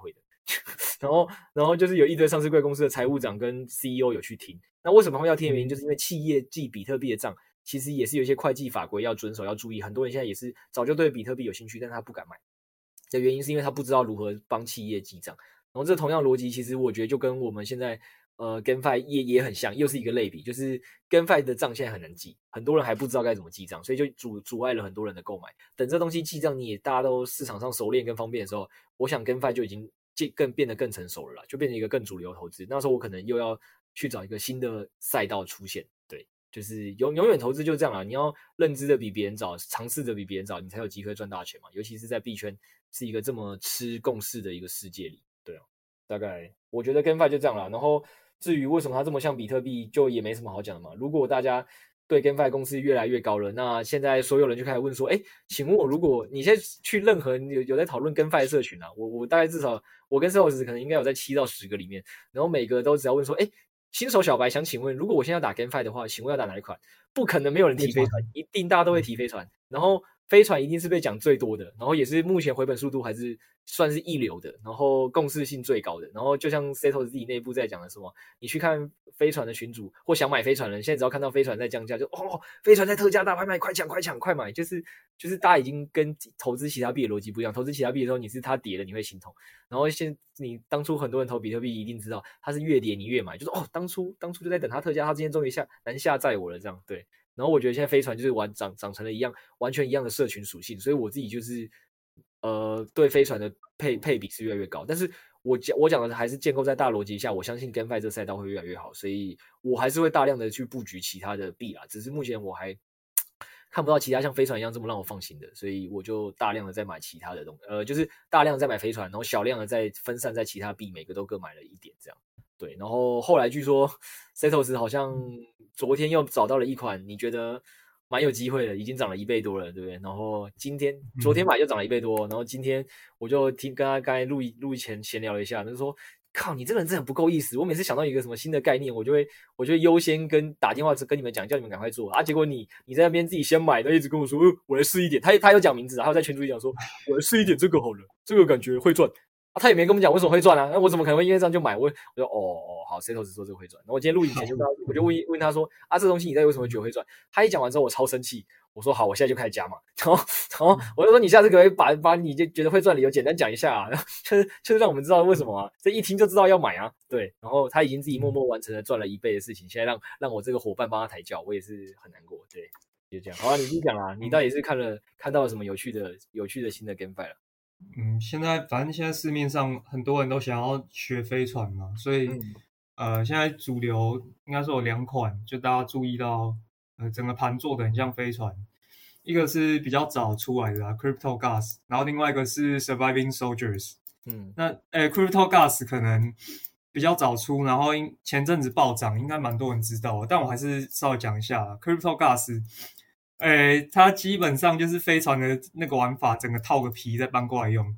[SPEAKER 3] 然后就是有一堆上市贵公司的财务长跟 CEO 有去听。那为什么他们要听的原因，就是因为企业记比特币的账，其实也是有一些会计法规要遵守、要注意。很多人现在也是早就对比特币有兴趣，但他不敢买的原因，是因为他不知道如何帮企业记账。然后这同样逻辑，其实我觉得就跟我们现在GameFi 也很像，又是一个类比，就是 GameFi 的账现在很难记，很多人还不知道该怎么记账，所以就阻碍了很多人的购买。等这东西记账大家都市场上熟练跟方便的时候，我想 GameFi 就已经变得更成熟了啦，就变成一个更主流投资。那时候我可能又要去找一个新的赛道出现，对，就是永远投资就这样啦，你要认知的比别人早，尝试的比别人早，你才有机会赚大钱嘛。尤其是在币圈是一个这么吃共识的一个世界里，对啊，大概我觉得 GameFi 就这样啦。然后至于为什么它这么像比特币，就也没什么好讲的嘛。如果大家对 GameFi 公司越来越高了，那现在所有人就开始问说，请问我，如果你现在去任何有在讨论 GameFi 的社群啊，我大概至少我跟 Sales 可能应该有在7到10个里面，然后每个都只要问说，新手小白想请问，如果我现在要打 GameFi 的话，请问要打哪一款？不可能没有人提飞船，一定大家都会提飞船，然后飞船一定是被讲最多的，然后也是目前回本速度还是算是一流的，然后共识性最高的。然后就像 Setos 自己内部在讲的什么，你去看飞船的群组或想买飞船的人，现在只要看到飞船在降价，就飞船在特价大拍卖，快抢快抢快买！就是大家已经跟投资其他币的逻辑不一样，投资其他币的时候你是它跌了你会心痛，然后你当初很多人投比特币一定知道它是越跌你越买，就是当初就在等它特价，它今天终于南下载我了这样，对。然后我觉得现在飞船就是长成了完全一样的社群属性，所以我自己就是对飞船的配比是越来越高，但是我讲的还是建构在大逻辑下，我相信 GameFi 这赛道会越来越好，所以我还是会大量的去布局其他的币啦，只是目前我还看不到其他像飞船一样这么让我放心的，所以我就大量的在买其他的东西，就是大量在买飞船，然后小量的再分散在其他币，每个都各买了一点这样。对，然后后来据说 Setos 好像昨天又找到了一款，你觉得蛮有机会的，已经涨了1倍多了，对不对？然后昨天买就涨了1倍多，然后今天我就跟他刚才录以前闲聊了一下，他就说靠，你这个人真的很不够意思。我每次想到一个什么新的概念，我就会优先打电话跟你们讲，叫你们赶快做啊。结果你在那边自己先买，然后一直跟我说，我来试一点。他有讲名字，他有在群组里讲说，我来试一点这个好了，这个感觉会赚。他也没跟我们讲为什么会赚啊，那我怎么可能会因为这样就买？我就好 ，Setos 说这个会赚。然后我今天录影前我就问他说啊，这东西你在为什么觉得会赚？他一讲完之后我超生气，我说好，我现在就开始加码。然后我就说你下次可不可以把你就觉得会赚的理由简单讲一下啊？就是让我们知道为什么啊，这一听就知道要买啊。对，然后他已经自己默默完成了赚了1倍的事情，现在让我这个伙伴帮他抬轿，我也是很难过。对，就这样。好啊，你继续讲啊，你到底是看到了什么有趣的新的 GameFi 了？
[SPEAKER 4] 反正现在市面上很多人都想要学飞船嘛，所以现在主流应该说有2款，就大家注意到整个盘做的很像飞船，一个是比较早出来的Crypto Gas， 然后另外一个是 Surviving Soldiers。那Crypto Gas 可能比较早出，然后前阵子暴涨，应该蛮多人知道的，但我还是稍微讲一下 Crypto Gas。它基本上就是飞船的那个玩法，整个套个皮再搬过来用。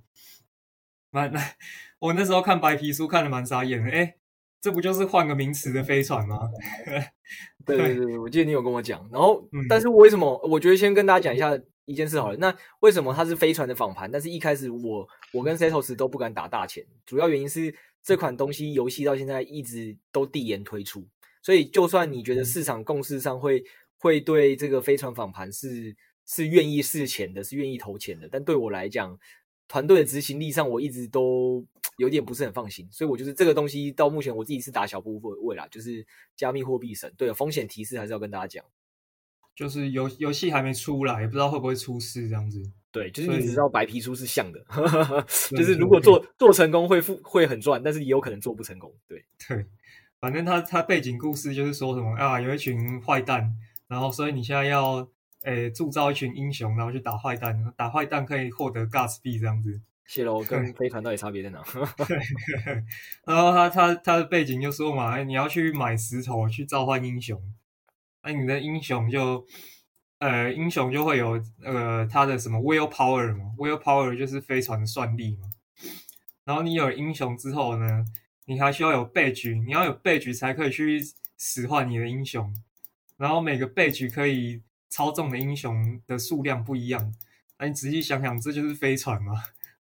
[SPEAKER 4] 我那时候看白皮书看得蛮傻眼的，这不就是换个名词的飞船吗？
[SPEAKER 3] 对，我记得你有跟我讲。然后，但是为什么？我觉得先跟大家讲一下一件事好了。那为什么它是飞船的仿盘？但是一开始我跟 Setos 都不敢打大钱，主要原因是这款东西游戏到现在一直都递延推出，所以就算你觉得市场共识上会对这个飞船仿盘是愿意试钱的，是愿意投钱的，但对我来讲，团队的执行力上我一直都有点不是很放心，所以我就是这个东西到目前我自己是打小部位啦，就是加密货币神。对，风险提示还是要跟大家讲，就是
[SPEAKER 4] 游戏还没出来，也不知道会不会出事这样子。
[SPEAKER 3] 对，就是你只知道白皮书是像的，就是如果做成功会很赚，但是也有可能做不成功。对，
[SPEAKER 4] 反正他背景故事就是说什么啊，有一群坏蛋。然后，所以你现在要铸造一群英雄，然后去打坏蛋，打坏蛋可以获得 Gas 币这样子。
[SPEAKER 3] 谢喽，跟飞船到底差别在哪？
[SPEAKER 4] 对，然后他的背景就说嘛，你要去买石头去召唤英雄，那你的英雄就会有他的什么 Will Power 嘛 ，Will Power 就是飞船的算力嘛。然后你有英雄之后呢，你还需要有 badge， 你要有 badge 才可以去使唤你的英雄。然后每个 badge 可以操纵的英雄的数量不一样，那你仔细想想，这就是飞船嘛？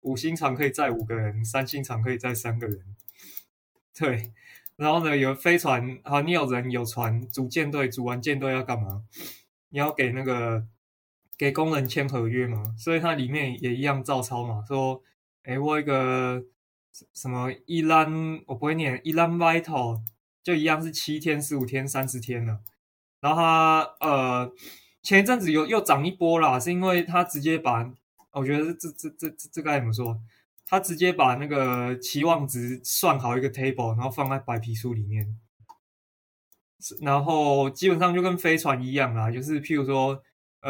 [SPEAKER 4] 5星场可以载5个人，3星场可以载3个人。对，然后呢，有飞船，好，你有人有船，组舰队，组完舰队要干嘛？你要给工人签合约嘛，所以它里面也一样照抄嘛，说，我有一个什么我不会念，Elan Vital 就一样是7天、15天、30天了。然后它前一阵子又涨一波啦，是因为它直接把，我觉得这该怎么说？他直接把那个期望值算好一个 table， 然后放在白皮书里面，然后基本上就跟飞船一样啦，就是譬如说，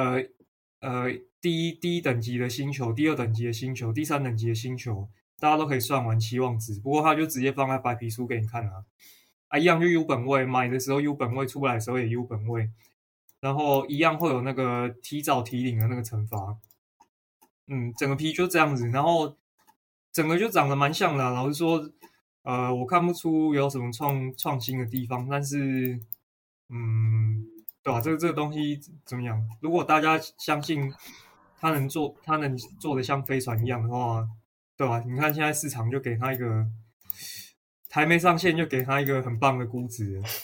[SPEAKER 4] 第一等级的星球，第2等级的星球，第3等级的星球，大家都可以算完期望值。不过他就直接放在白皮书给你看啊，一样就 U 本位，买的时候 U 本位，出来的时候也 U 本位，然后一样会有那个提早提领的那个惩罚。整个批就这样子，然后整个就长得蛮像的老实说，我看不出有什么创新的地方，但是，对吧？这个东西怎么样？如果大家相信它能做的像飞船一样的话，对吧？你看现在市场就给它一个还没上线，就给它一个很棒的估值了。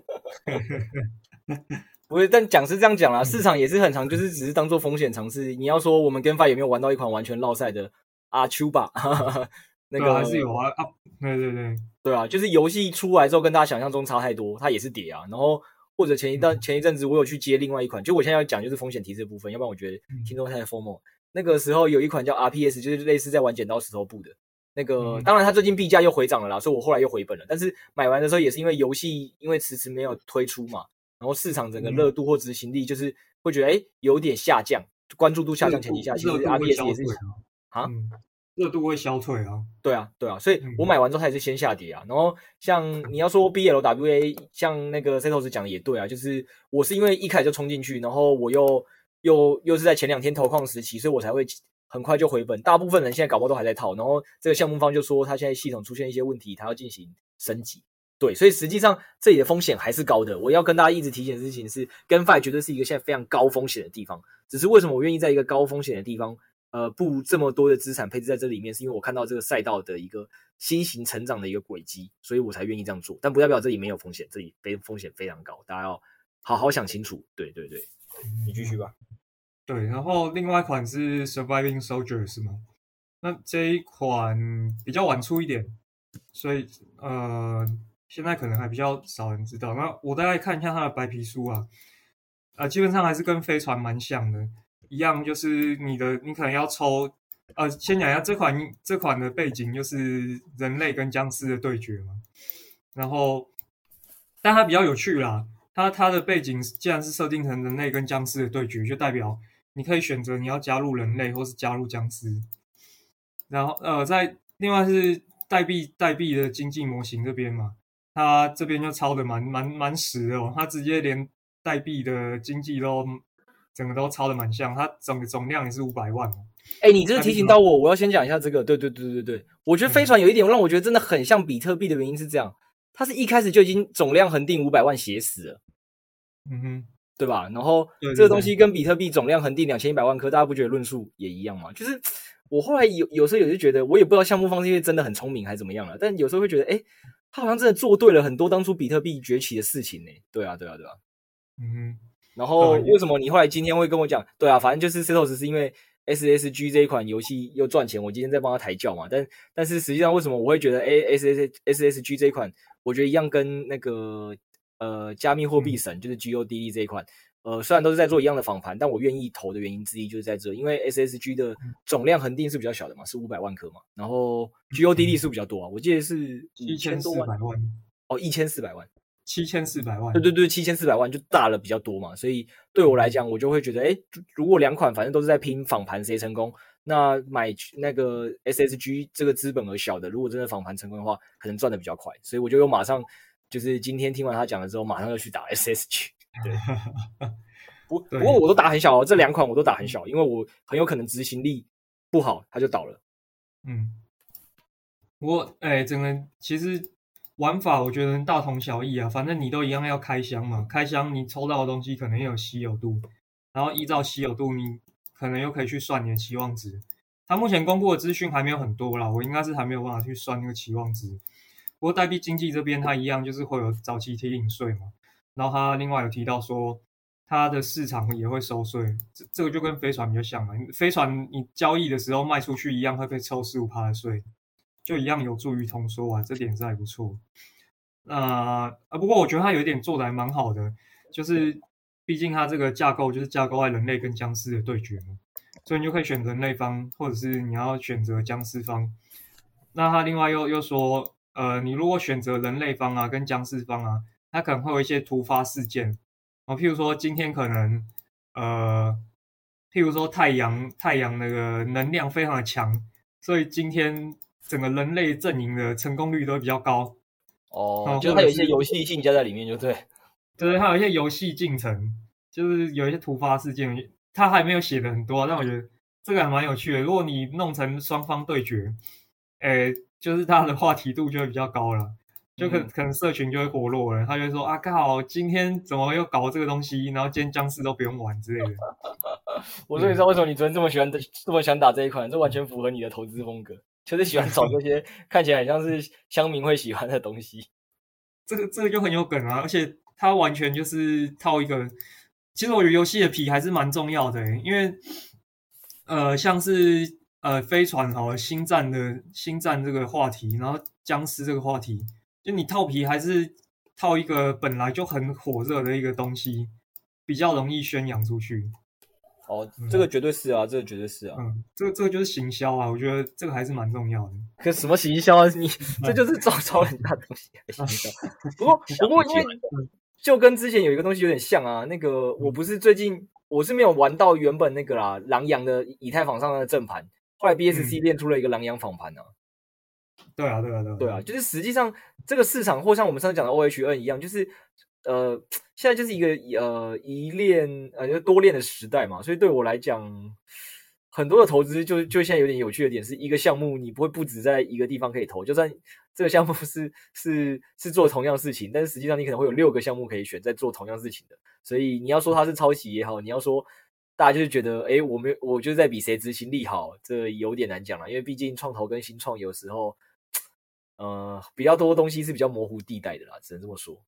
[SPEAKER 3] 不是，但讲是这样讲啦，市场也是很常，就是只是当做风险尝试。你要说我们GameFi有没有玩到一款完全落赛的Archuba？那个
[SPEAKER 4] 还是有啊，
[SPEAKER 3] 对啊，就是游戏出来之后跟大家想象中差太多，它也是跌啊。然后或者前一阵子我有去接另外一款，就我现在要讲就是风险提示的部分，要不然我觉得听众太 FOMO。那个时候有一款叫 RPS， 就是类似在玩剪刀石头布的那个，当然它最近币价又回涨了啦，所以我后来又回本了。但是买完的时候也是因为游戏因为迟迟没有推出嘛。然后市场整个热度或执行力就是会觉得有点下降，关注度下降前提下，其实 RPS 也是
[SPEAKER 4] 热度会消退啊。
[SPEAKER 3] 对啊，所以我买完之后它也是先下跌啊。然后像你要说 BLWA， 像那个 Setos 讲的也对啊，就是我是因为一开始就冲进去，然后我又是在前2天投矿时期，所以我才会很快就回本。大部分人现在搞不好都还在套，然后这个项目方就说他现在系统出现一些问题，他要进行升级。对，所以实际上这里的风险还是高的。我要跟大家一直提醒的事情是 ，GameFi 绝对是一个现在非常高风险的地方。只是为什么我愿意在一个高风险的地方，布这么多的资产配置在这里面，是因为我看到这个赛道的一个新型成长的一个轨迹，所以我才愿意这样做。但不代表这里没有风险，这里风险非常高，大家要好好想清楚。对，你继续吧。
[SPEAKER 4] 对，然后另外一款是 Surviving Soldier 是吗？那这一款比较晚出一点，所以现在可能还比较少人知道。那我大概看一下它的白皮书啊，基本上还是跟飞船蛮像的，一样就是你可能要抽，先讲一下这款的背景就是人类跟僵尸的对决嘛。然后，但它比较有趣啦，它的背景既然是设定成人类跟僵尸的对决，就代表你可以选择你要加入人类或是加入僵尸。然后另外是代币的经济模型这边嘛。他这边就抄的蛮实的哦，他直接连代币的经济整个都抄的蛮像，他整个总量也是500万哦。
[SPEAKER 3] 你这是提醒到我要先讲一下这个，对，我觉得飞船有一点让我觉得真的很像比特币的原因是这样，它是一开始就已经总量恒定500万写死了，对吧？然后这个东西跟比特币总量恒定2100万颗，大家不觉得论述也一样吗？就是我后来有时候就觉得，我也不知道项目方是因为真的很聪明还是怎么样了，但有时候会觉得，他好像真的做对了很多当初比特币崛起的事情呢。对啊。然后为什么你后来今天会跟我讲？对啊，反正就是 Setos 是因为 SSG 这一款游戏又赚钱，我今天在帮他抬轿嘛。但是实际上为什么我会觉得SSG 这一款，我觉得一样跟那个加密货币神就是 GODD 这一款。虽然都是在做一样的访盘，但我愿意投的原因之一就是在这，因为 SSG 的总量恒定是比较小的嘛，是500万颗嘛，然后 GODD 是比较多啊，我记得是
[SPEAKER 4] 7400万
[SPEAKER 3] 哦，1400万
[SPEAKER 4] ，7400万，
[SPEAKER 3] 对，7400万就大了比较多嘛，所以对我来讲，我就会觉得，如果2款反正都是在拼访盘谁成功，那买那个 SSG 这个资本额小的，如果真的访盘成功的话，可能赚的比较快，所以我就马上就是今天听完他讲了之后，马上就去打 SSG。对，不过我都打很小哦，这2款我都打很小，因为我很有可能执行力不好，它就倒了。
[SPEAKER 4] 不过整个其实玩法我觉得大同小异啊，反正你都一样要开箱嘛，开箱你抽到的东西可能也有稀有度，然后依照稀有度你可能又可以去算你的期望值。 它目前公布的资讯还没有很多啦，我应该是还没有办法去算那个期望值。不过代币经济这边它一样就是会有早期提领税嘛，然后它另外有提到说它的市场也会收税，这个就跟飞船比较像嘛，飞船你交易的时候卖出去一样会被抽 15% 的税，就一样有助于通缩啊，这点是还不错。不过我觉得它有一点做的还蛮好的，就是毕竟它这个架构就是架构在人类跟僵尸的对决嘛，所以你就可以选人类方，或者是你要选择僵尸方。那它另外又说，你如果选择人类方啊跟僵尸方啊，它可能会有一些突发事件譬如说今天可能譬如说太阳那个能量非常的强，所以今天整个人类阵营的成功率都会比较高。
[SPEAKER 3] 就是它有一些游戏性加在里面，就对。
[SPEAKER 4] 对，它有一些游戏进程，就是有一些突发事件，它还没有写的很多，但我觉得这个还蛮有趣的。如果你弄成双方对决，就是它的话题度就会比较高了，就可能社群就会活络了，他就会说靠，今天怎么又搞这个东西，然后今天僵尸都不用玩之类的。
[SPEAKER 3] 我说你知道为什么你昨天这么喜欢打这一款，这完全符合你的投资风格。就是喜欢找这些看起来很像是乡民会喜欢的东西，
[SPEAKER 4] 这个就很有梗啊，而且它完全就是套一个，其实我觉得游戏的皮还是蛮重要的，因为像是飞船星战这个话题，然后僵尸这个话题，就你套皮还是套一个本来就很火热的一个东西，比较容易宣扬出去。
[SPEAKER 3] 这个绝对是啊，这个绝对是啊。
[SPEAKER 4] 这个就是行销啊，我觉得这个还是蛮重要的。
[SPEAKER 3] 可什么行销啊？你这就是招人家东西行销。不过因为就跟之前有一个东西有点像啊，那个我不是最近我是没有玩到原本那个啦，狼羊的以太坊上的正盘，后来 BSC 练出了一个狼羊仿盘啊。对啊，就是实际上这个市场或像我们上次讲的 OHN 一样，就是现在就是一个一链就多链的时代嘛，所以对我来讲，很多的投资就现在有点有趣的点是，一个项目你不会不止在一个地方可以投，就算这个项目是做同样事情，但是实际上你可能会有6个项目可以选在做同样事情的，所以你要说它是抄袭也好，你要说大家就是觉得我就是在比谁执行力好，这有点难讲啦，因为毕竟创投跟新创有时候比较多东西是比较模糊地带的啦，只能这么说。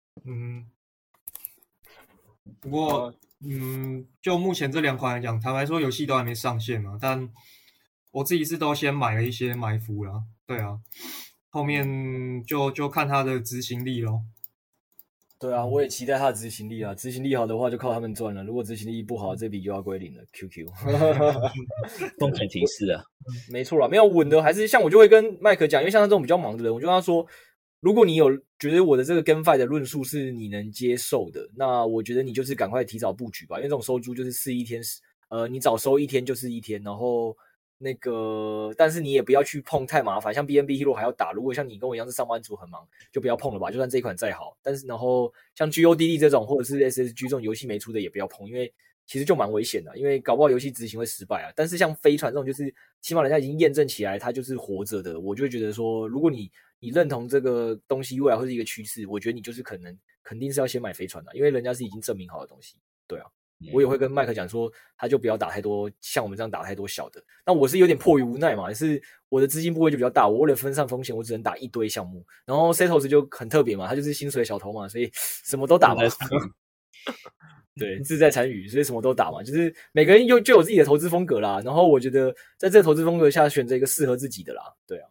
[SPEAKER 4] 不过就目前这2款来讲，坦白说游戏都还没上线嘛，但我自己是都先买了一些埋伏啦，对啊，后面就看它的执行力咯。
[SPEAKER 3] 对啊，我也期待它的执行力啊，执行力好的话就靠他们赚了，如果执行力不好，这笔就要归零了。QQ
[SPEAKER 2] 风险提示啊，
[SPEAKER 3] 没错啦，没有稳的还是像我就会跟麦克讲，因为像他这种比较忙的人，我就跟他说，如果你有觉得我的这个 GameFi 的论述是你能接受的，那我觉得你就是赶快提早布局吧，因为这种收租就是41天，你早收1天就是1天，然后那个，但是你也不要去碰太麻烦，像 BNB Hero 还要打，如果像你跟我一样是上班族很忙，就不要碰了吧，就算这一款再好，但是然后像 GODD 这种或者是 SSG 这种游戏没出的也不要碰，因为其实就蛮危险的，因为搞不好游戏执行会失败啊。但是像飞船这种就是起码人家已经验证起来它就是活着的，我就会觉得说，如果你认同这个东西未来会是一个趋势，我觉得你就是肯定是要先买飞船的，因为人家是已经证明好的东西。对啊，我也会跟麦克讲说，他就不要打太多像我们这样打太多小的。那我是有点迫于无奈嘛，是我的资金部位就比较大，我为了分散风险，我只能打一堆项目。然后 Setos 就很特别嘛，他就是薪水小偷嘛，所以什么都打嘛。对，志在参与，所以什么都打嘛。就是每个人就有自己的投资风格啦。然后我觉得在这个投资风格下选择一个适合自己的啦。对啊，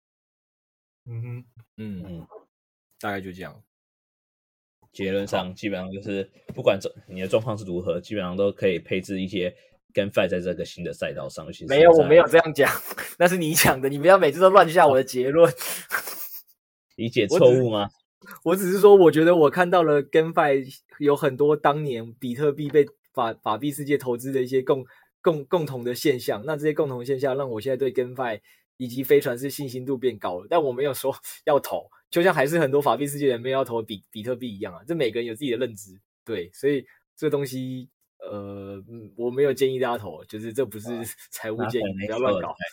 [SPEAKER 3] 大概就这样。
[SPEAKER 2] 结论上基本上就是不管你的状况是如何，基本上都可以配置一些GameFi在这个新的赛道上。
[SPEAKER 3] 没有，我没有这样讲，那是你讲的，你不要每次都乱下我的结论。
[SPEAKER 2] 理解错误吗？
[SPEAKER 3] 我只是说，我觉得我看到了 GameFi 有很多当年比特币被法币世界投资的一些共同的现象。那这些共同现象让我现在对 GameFi 以及飞船是信心度变高了，但我没有说要投，就像还是很多法币世界人没有要投比特币一样啊。这每个人有自己的认知，对，所以这个东西我没有建议大家投，就是这不是财务建议，不要乱搞。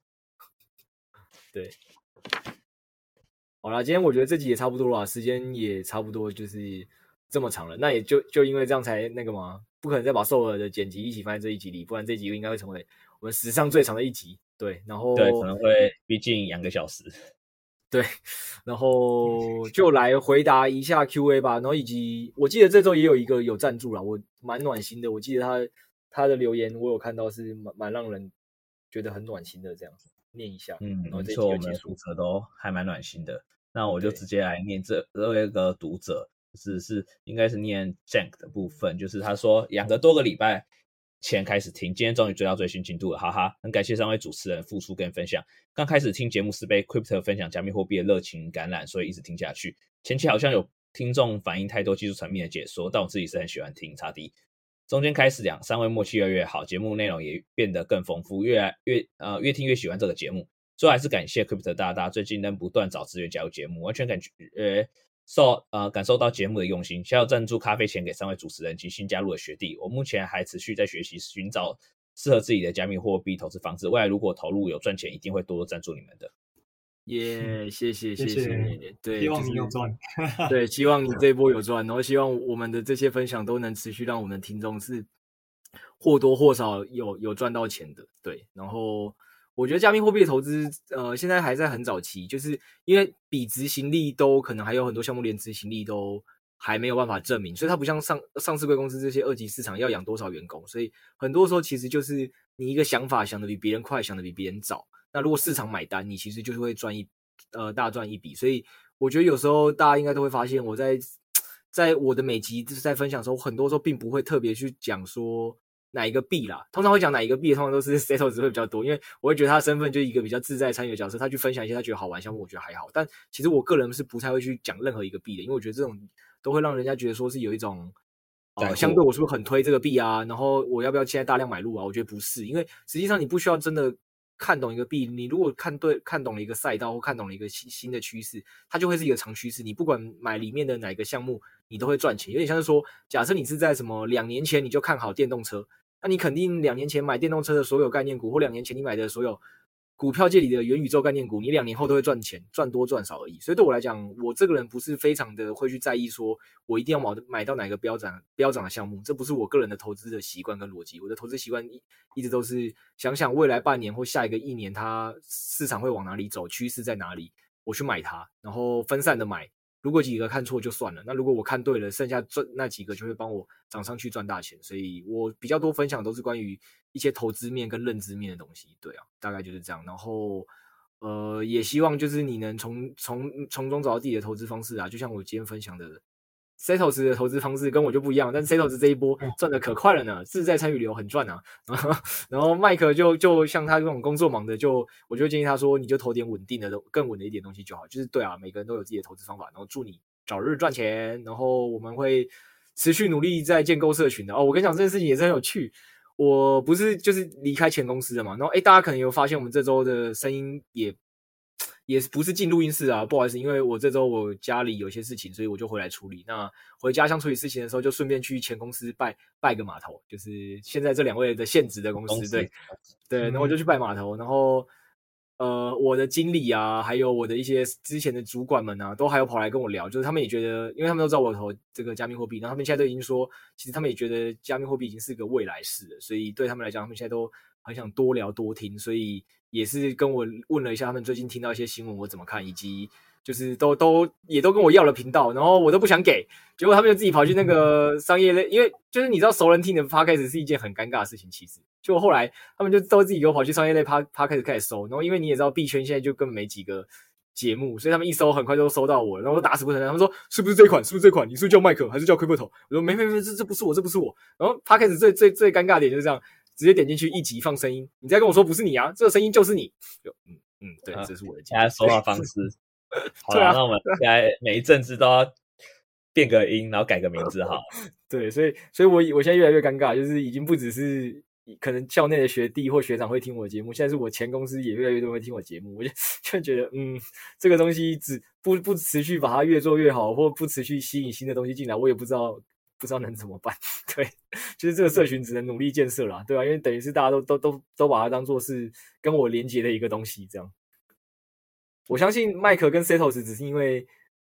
[SPEAKER 3] 对。好啦，今天我觉得这集也差不多啦，时间也差不多，就是这么长了，那也就因为这样才那个嘛，不可能再把寿尔的剪辑一起放在这一集里，不然这一集应该会成为我们史上最长的一集。对，然后
[SPEAKER 2] 对，可能会逼近2个小时。
[SPEAKER 3] 对，然后就来回答一下 Q&A 吧，然后以及我记得这周也有一个有赞助啦，我蛮暖心的，我记得他的留言我有看到是蛮让人觉得很暖心的，这样子念一下。然后
[SPEAKER 2] 没
[SPEAKER 3] 这一集
[SPEAKER 2] 错，我们的
[SPEAKER 3] 就结束
[SPEAKER 2] 读者都还蛮暖心的。那我就直接来念这一个读者，是应该是念 Jank 的部分，就是他说2个多个礼拜前开始听，今天终于追到最新进度了，哈哈！很感谢3位主持人付出跟分享。刚开始听节目是被 Crypto 分享加密货币的热情感染，所以一直听下去。前期好像有听众反映太多技术层面的解说，但我自己是很喜欢听叉 D。中间开始3位默契越来越好，节目内容也变得更丰富，越听越喜欢这个节目。最后还是感谢 Crypto 大大最近能不断找资源加入节目，完全感受到节目的用心。想要赞助咖啡钱给3位主持人及新加入的学弟，我目前还持续在学习寻找适合自己的加密货币投资方式，未来如果投入有赚钱，一定会多多赞助你们的。
[SPEAKER 3] 耶，谢谢，对，
[SPEAKER 4] 希望你有赚，
[SPEAKER 3] 对，希望你这一波有赚，然后希望我们的这些分享都能持续让我们的听众是或多或少有赚到钱的，对，然后我觉得加密货币的投资，现在还在很早期，就是因为比执行力都可能还有很多项目连执行力都还没有办法证明，所以它不像上市贵公司这些2级市场要养多少员工，所以很多时候其实就是你一个想法想得比别人快，想得比别人早。那如果市场买单，你其实就是会大赚一笔。所以我觉得有时候大家应该都会发现，我在我的每集就是在分享的时候，很多时候并不会特别去讲说哪一个币啦，通常会讲哪一个币，通常都是 Setos 会比较多，因为我会觉得他的身份就是一个比较自在参与的角色，他去分享一些他觉得好玩项目，我觉得还好。但其实我个人是不太会去讲任何一个币的，因为我觉得这种都会让人家觉得说是有一种相对我是不是很推这个币啊，然后我要不要现在大量买入啊？我觉得不是，因为实际上你不需要真的看懂一个币，你如果看懂了一个赛道或看懂了一个新的趋势，它就会是一个长趋势。你不管买里面的哪个项目，你都会赚钱。有点像是说，假设你是在什么2年前你就看好电动车，那你肯定2年前买电动车的所有概念股，或2年前你买的所有股票界里的元宇宙概念股，你2年后都会赚钱，赚多赚少而已。所以对我来讲，我这个人不是非常的会去在意说我一定要买到哪个飙涨的项目，这不是我个人的投资的习惯跟逻辑。我的投资习惯一直都是想想未来半年或下一个1年，它市场会往哪里走，趋势在哪里，我去买它，然后分散的买。如果几个看错就算了，那如果我看对了，剩下那几个就会帮我涨上去赚大钱。所以我比较多分享都是关于一些投资面跟认知面的东西，对啊，大概就是这样。然后也希望就是你能从中找到自己的投资方式啊，就像我今天分享的 Setos 的投资方式跟我就不一样，但 Setos 这一波赚的可快了呢，自在参与流很赚啊。然后麦克就像他这种工作忙的，我就建议他说，你就投点稳定的、更稳的一点东西就好。就是对啊，每个人都有自己的投资方法，然后祝你早日赚钱。然后我们会持续努力在建构社群的哦。我跟你讲这件事情也是很有趣。我不是就是离开前公司的嘛，然后大家可能有发现我们这周的声音也不是进录音室啊，不好意思，因为我这周我家里有些事情，所以我就回来处理。那回家乡处理事情的时候，就顺便去前公司拜个码头，就是现在这2位的现职的公司，对，然后我就去拜码头，然后我的经理啊，还有我的一些之前的主管们啊，都还有跑来跟我聊，就是他们也觉得，因为他们都知道我投这个加密货币，然后他们现在都已经说，其实他们也觉得加密货币已经是个未来式了，所以对他们来讲，他们现在都很想多聊多听，所以也是跟我问了一下他们最近听到一些新闻我怎么看，以及就是也都跟我要了频道，然后我都不想给，结果他们就自己跑去那个商业类，因为就是你知道熟人听的 podcast 是一件很尴尬的事情，其实就后来他们就都自己给我跑去商业类 podcast 开始搜，然后因为你也知道币圈现在就根本没几个节目，所以他们一搜很快就搜到我，然后我打死不承认，他们说是不是这款？是不是这款？你是不是叫麦克还是叫 Crypto？ 我说没，这不是我，这不是我。然后 podcast 最尴尬的点就是这样，直接点进去一集放声音，你再跟我说不是你啊，这个声音就是你，就对，这是我的
[SPEAKER 2] 现在说话方式。好啦，那我们现在每一阵子都要变个音，然后改个名字好了。
[SPEAKER 3] 对，所以我现在越来越尴尬，就是已经不只是可能校内的学弟或学长会听我节目，现在是我前公司也越来越多人会听我节目，我就觉得这个东西不持续把它越做越好，或不持续吸引新的东西进来，我也不知道能怎么办。对，就是这个社群只能努力建设啦，对吧？因为等于是大家都把它当做是跟我连结的一个东西，这样。我相信麦克跟 Setos 只是因为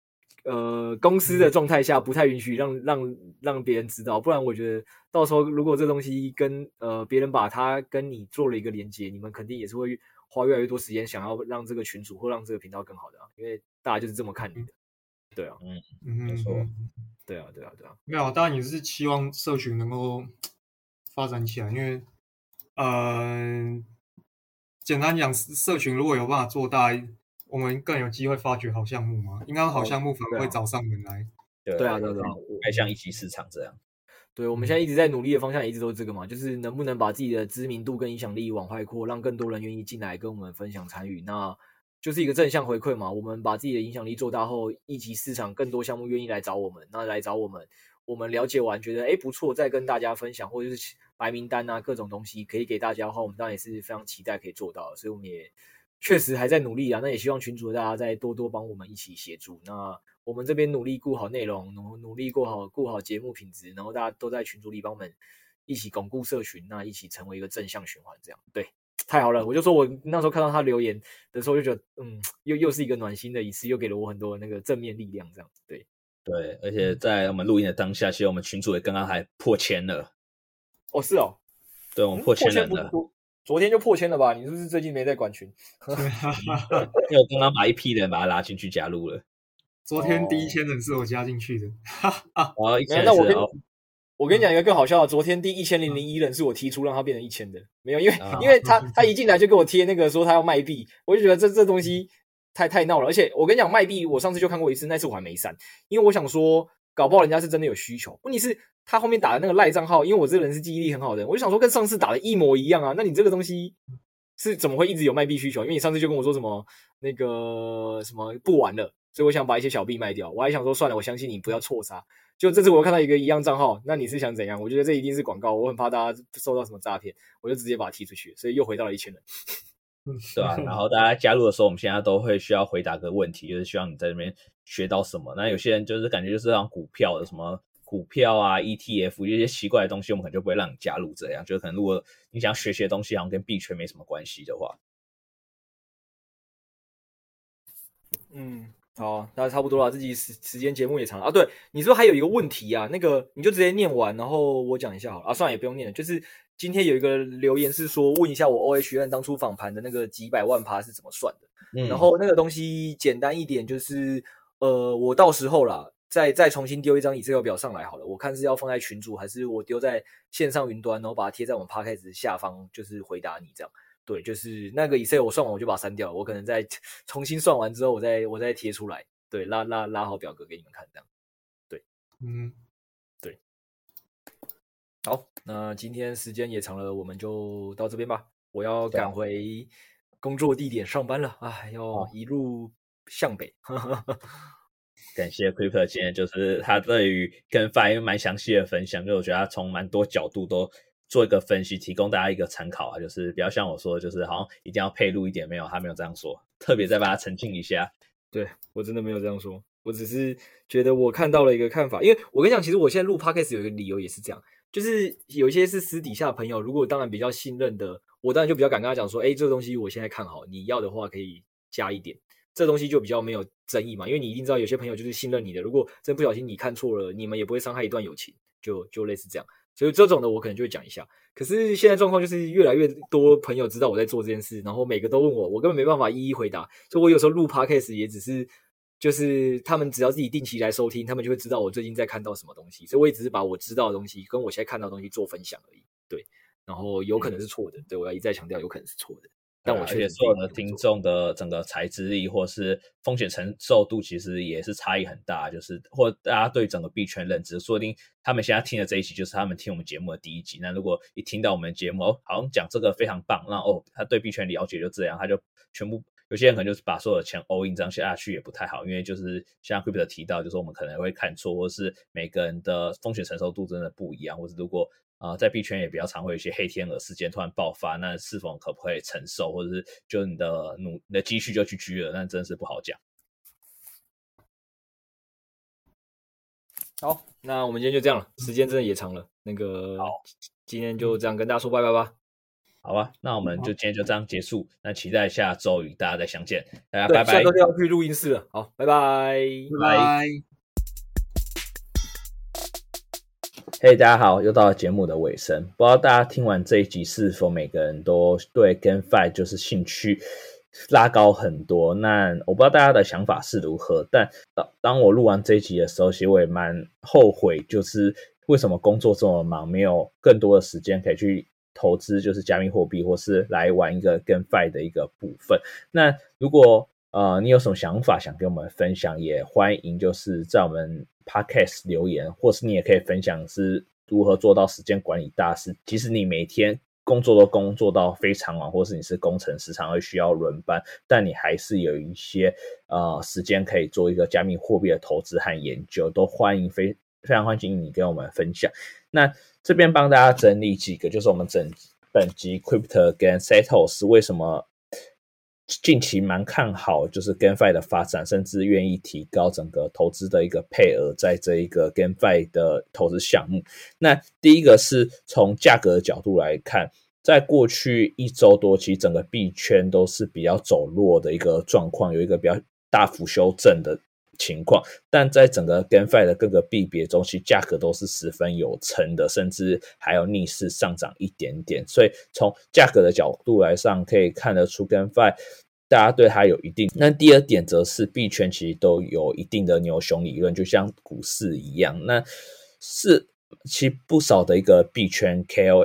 [SPEAKER 3] 公司的状态下不太允许让别人知道，不然我觉得到时候如果这东西跟别人把它跟你做了一个连接，你们肯定也是会花越来越多时间想要让这个群组或让这个频道更好的因为大家就是这么看你的，对啊，
[SPEAKER 2] 没错，
[SPEAKER 3] 对啊，
[SPEAKER 4] 没有，当然也是希望社群能够发展起来，因为简单讲，社群如果有办法做大，我们更有机会发掘好项目嘛。应该好项目反而会找上门来。
[SPEAKER 3] 对啊，
[SPEAKER 2] 该像一级市场这样。
[SPEAKER 3] 对，我们现在一直在努力的方向也一直都是这个嘛，就是能不能把自己的知名度跟影响力往外扩，让更多人愿意进来跟我们分享参与，那就是一个正向回馈嘛。我们把自己的影响力做大后，一级市场更多项目愿意来找我们，那来找我们，我们了解完觉得不错，再跟大家分享，或者是白名单啊各种东西可以给大家的话，我们当然也是非常期待可以做到的，所以我们也确实还在努力啊。那也希望群组的大家再多多帮我们一起协助。那我们这边努力顾好内容，努力顾好节目品质，然后大家都在群组里帮我们一起巩固社群，那一起成为一个正向循环，这样对，太好了。我就说我那时候看到他留言的时候，就觉得又是一个暖心的一次，又给了我很多那个正面力量，这样对。
[SPEAKER 2] 对，而且在我们录音的当下，其实我们群组也刚刚还破千了。
[SPEAKER 3] 哦，是哦，
[SPEAKER 2] 对，我们破千人了。
[SPEAKER 3] 昨天就破千了吧？你是不是最近没在管群？
[SPEAKER 2] 因为我刚刚把一批人把他拉进去加入了。
[SPEAKER 4] 昨天第1000人是我加进去的。
[SPEAKER 3] 那我跟你讲一个更好笑的，昨天第1001人是我提出让他变成1000的，没有，因为他一进来就给我贴那个说他要卖币，我就觉得这东西太闹了。而且我跟你讲卖币，我上次就看过一次，那次我还没删，因为我想说搞不好人家是真的有需求。问题是他后面打的那个赖账号，因为我这个人是记忆力很好的人，我就想说跟上次打的一模一样啊，那你这个东西是怎么会一直有卖币需求？因为你上次就跟我说什么那个什么不玩了，所以我想把一些小币卖掉。我还想说算了，我相信你不要错杀。就这次我又看到一个一样账号，那你是想怎样？我觉得这一定是广告，我很怕大家受到什么诈骗，我就直接把它踢出去，所以又回到了1000人。
[SPEAKER 2] 对吧？然后大家加入的时候，我们现在都会需要回答个问题，就是希望你在这边学到什么。那有些人就是感觉就是让股票的什么股票啊、ETF 一些奇怪的东西，我们可能就不会让你加入这样。就可能如果你想学些东西，好像跟币圈没什么关系的话，
[SPEAKER 3] 好，那差不多了，自己时间节目也长了啊。对，你说还有一个问题啊，那个你就直接念完，然后我讲一下好了啊。算了，也不用念了，就是今天有一个留言是说问一下我 OHN 当初访盘的那个几百万趴是怎么算的，然后那个东西简单一点就是我到时候啦再重新丢一张Excel表上来好了，我看是要放在群组还是我丢在线上云端，然后把它贴在我们 Podcast 下方，就是回答你这样。对，就是那个 Excel 我算完我就把它删掉了，我可能再重新算完之后我再贴出来，对，拉好表格给你们看，这样，对，对，好，那今天时间也长了，我们就到这边吧，我要赶回工作地点上班了，要一路向北。
[SPEAKER 2] 感谢 Crypto 今天就是他对于跟 FI 蛮详细的分享，就我觉得他从蛮多角度都做一个分析，提供大家一个参考啊，就是不要像我说，就是好像一定要配录一点，没有，他没有这样说，特别再把它澄清一下。
[SPEAKER 3] 对，我真的没有这样说，我只是觉得我看到了一个看法，因为我跟你讲，其实我现在录 Podcast 有一个理由也是这样，就是有一些是私底下的朋友，如果当然比较信任的，我当然就比较敢跟他讲说，这个东西我现在看好，你要的话可以加一点，这东西就比较没有争议嘛，因为你一定知道有些朋友就是信任你的，如果真不小心你看错了，你们也不会伤害一段友情，就类似这样。所以这种的我可能就会讲一下，可是现在状况就是越来越多朋友知道我在做这件事，然后每个都问我，我根本没办法一一回答，所以我有时候录 podcast 也只是就是他们只要自己定期来收听，他们就会知道我最近在看到什么东西，所以我也只是把我知道的东西跟我现在看到的东西做分享而已，对，然后有可能是错的，对，我要一再强调有可能是错的。但我
[SPEAKER 2] 而且所有的听众的整个财资力或是风险承受度其实也是差异很大，就是或大家对整个币圈认知，说不定他们现在听的这一集就是他们听我们节目的第一集，那如果一听到我们节目好像讲这个非常棒，那他对币圈了解就这样，他就全部有些人可能就是把所有的钱 all in 这样下去也不太好，因为就是像 Crypto 提到，就是我们可能会看错，或是每个人的风险承受度真的不一样，或是如果在币圈也比较常会有一些黑天鹅事件突然爆发，那是否可不可以承受，或者是就你的积蓄就去居了，那真的是不好讲。
[SPEAKER 3] 好，那我们今天就这样了，时间真的也长了，那个今天就这样跟大家说拜拜吧。
[SPEAKER 2] 好吧，那我们就今天就这样结束，那期待下周与大家再相见，大家拜拜。
[SPEAKER 3] 下周就要去录音室了，好，拜拜，
[SPEAKER 4] 拜拜。
[SPEAKER 2] 嘿，大家好，又到了节目的尾声，不知道大家听完这一集是否每个人都对 GameFi 就是兴趣拉高很多，那我不知道大家的想法是如何，但当我录完这一集的时候，其实我也蛮后悔，就是为什么工作这么忙，没有更多的时间可以去投资就是加密货币，或是来玩一个 GameFi 的一个部分。那如果你有什么想法想跟我们分享，也欢迎就是在我们 Podcast 留言，或是你也可以分享是如何做到时间管理大师。即使你每天工作都工作到非常晚，或是你是工程师常会需要轮班，但你还是有一些时间可以做一个加密货币的投资和研究，都非常欢迎你跟我们分享。那这边帮大家整理几个，就是我们本集 Crypto 跟 Setos 为什么近期蛮看好就是 GameFi 的发展，甚至愿意提高整个投资的一个配额在这一个 GameFi 的投资项目。那第一个是从价格的角度来看，在过去一周多，其实整个币圈都是比较走弱的一个状况，有一个比较大幅修正的情况，但在整个 GameFi 的各个币别中，其实价格都是十分有撑的，甚至还有逆势上涨一点点。所以从价格的角度来上，可以看得出 GameFi 大家对它有一定。那第二点则是币圈其实都有一定的牛熊理论，就像股市一样。那是其实不少的一个币圈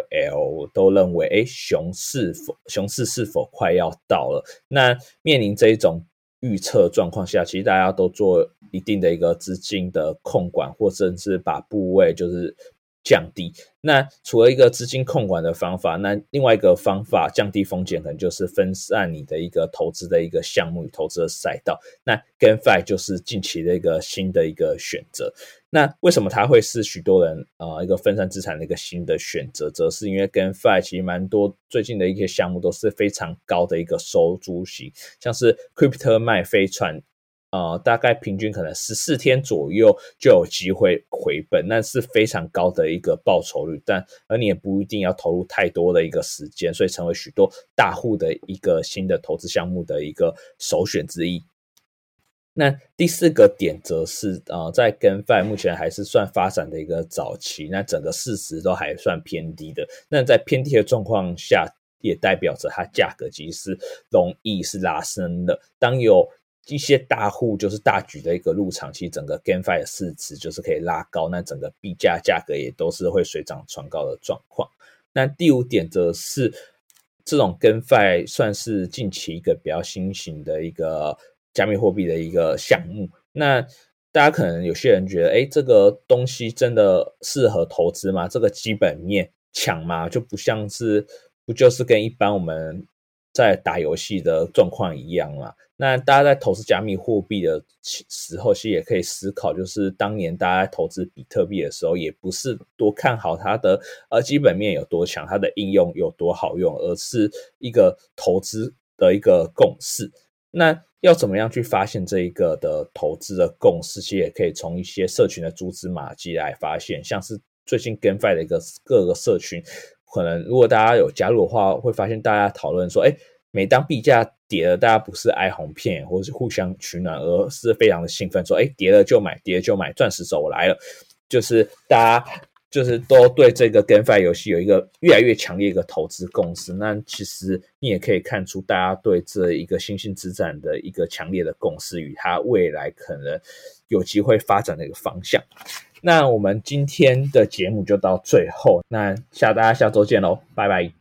[SPEAKER 2] KOL 都认为，熊市是否快要到了？那面临这一种预测状况下，其实大家都做一定的一个资金的控管，或甚至把部位就是降低。那除了一个资金控管的方法，那另外一个方法降低风险可能就是分散你的一个投资的一个项目与投资的赛道。那 GameFi 就是近期的一个新的一个选择。那为什么它会是许多人一个分散资产的一个新的选择，则是因为 GameFi 其实蛮多最近的一些项目都是非常高的一个收租息，像是 Crypto 卖飞船大概平均可能14天左右就有机会回本，那是非常高的一个报酬率，而你也不一定要投入太多的一个时间，所以成为许多大户的一个新的投资项目的一个首选之一。那第四个点则是在 GameFi 目前还是算发展的一个早期，那整个市值都还算偏低的，那在偏低的状况下也代表着它价格其实是容易是拉升的。当有一些大户就是大举的一个入场，其实整个 GameFi 的市值就是可以拉高，那整个币价格也都是会水涨船高的状况。那第五点则是这种 GameFi 算是近期一个比较新型的一个加密货币的一个项目。那大家可能有些人觉得这个东西真的适合投资吗？这个基本面强吗？就不就是跟一般我们在打游戏的状况一样嘛。那大家在投资加密货币的时候，其实也可以思考，就是当年大家在投资比特币的时候，也不是多看好它的基本面有多强，它的应用有多好用，而是一个投资的一个共识。那要怎么样去发现这一个的投资的共识，其实也可以从一些社群的蛛丝马迹来发现，像是最近 GameFi 的一个各个社群，可能如果大家有加入的话，会发现大家讨论说每当币价跌了，大家不是哀鸿遍野或者是互相取暖，而是非常的兴奋，说跌了就买，跌了就买，钻石手来了。就是大家就是都对这个 GameFi 游戏有一个越来越强烈一个投资共识。那其实你也可以看出大家对这一个新兴资产的一个强烈的共识，与它未来可能有机会发展的一个方向。那我们今天的节目就到最后，那大家下周见咯，拜拜。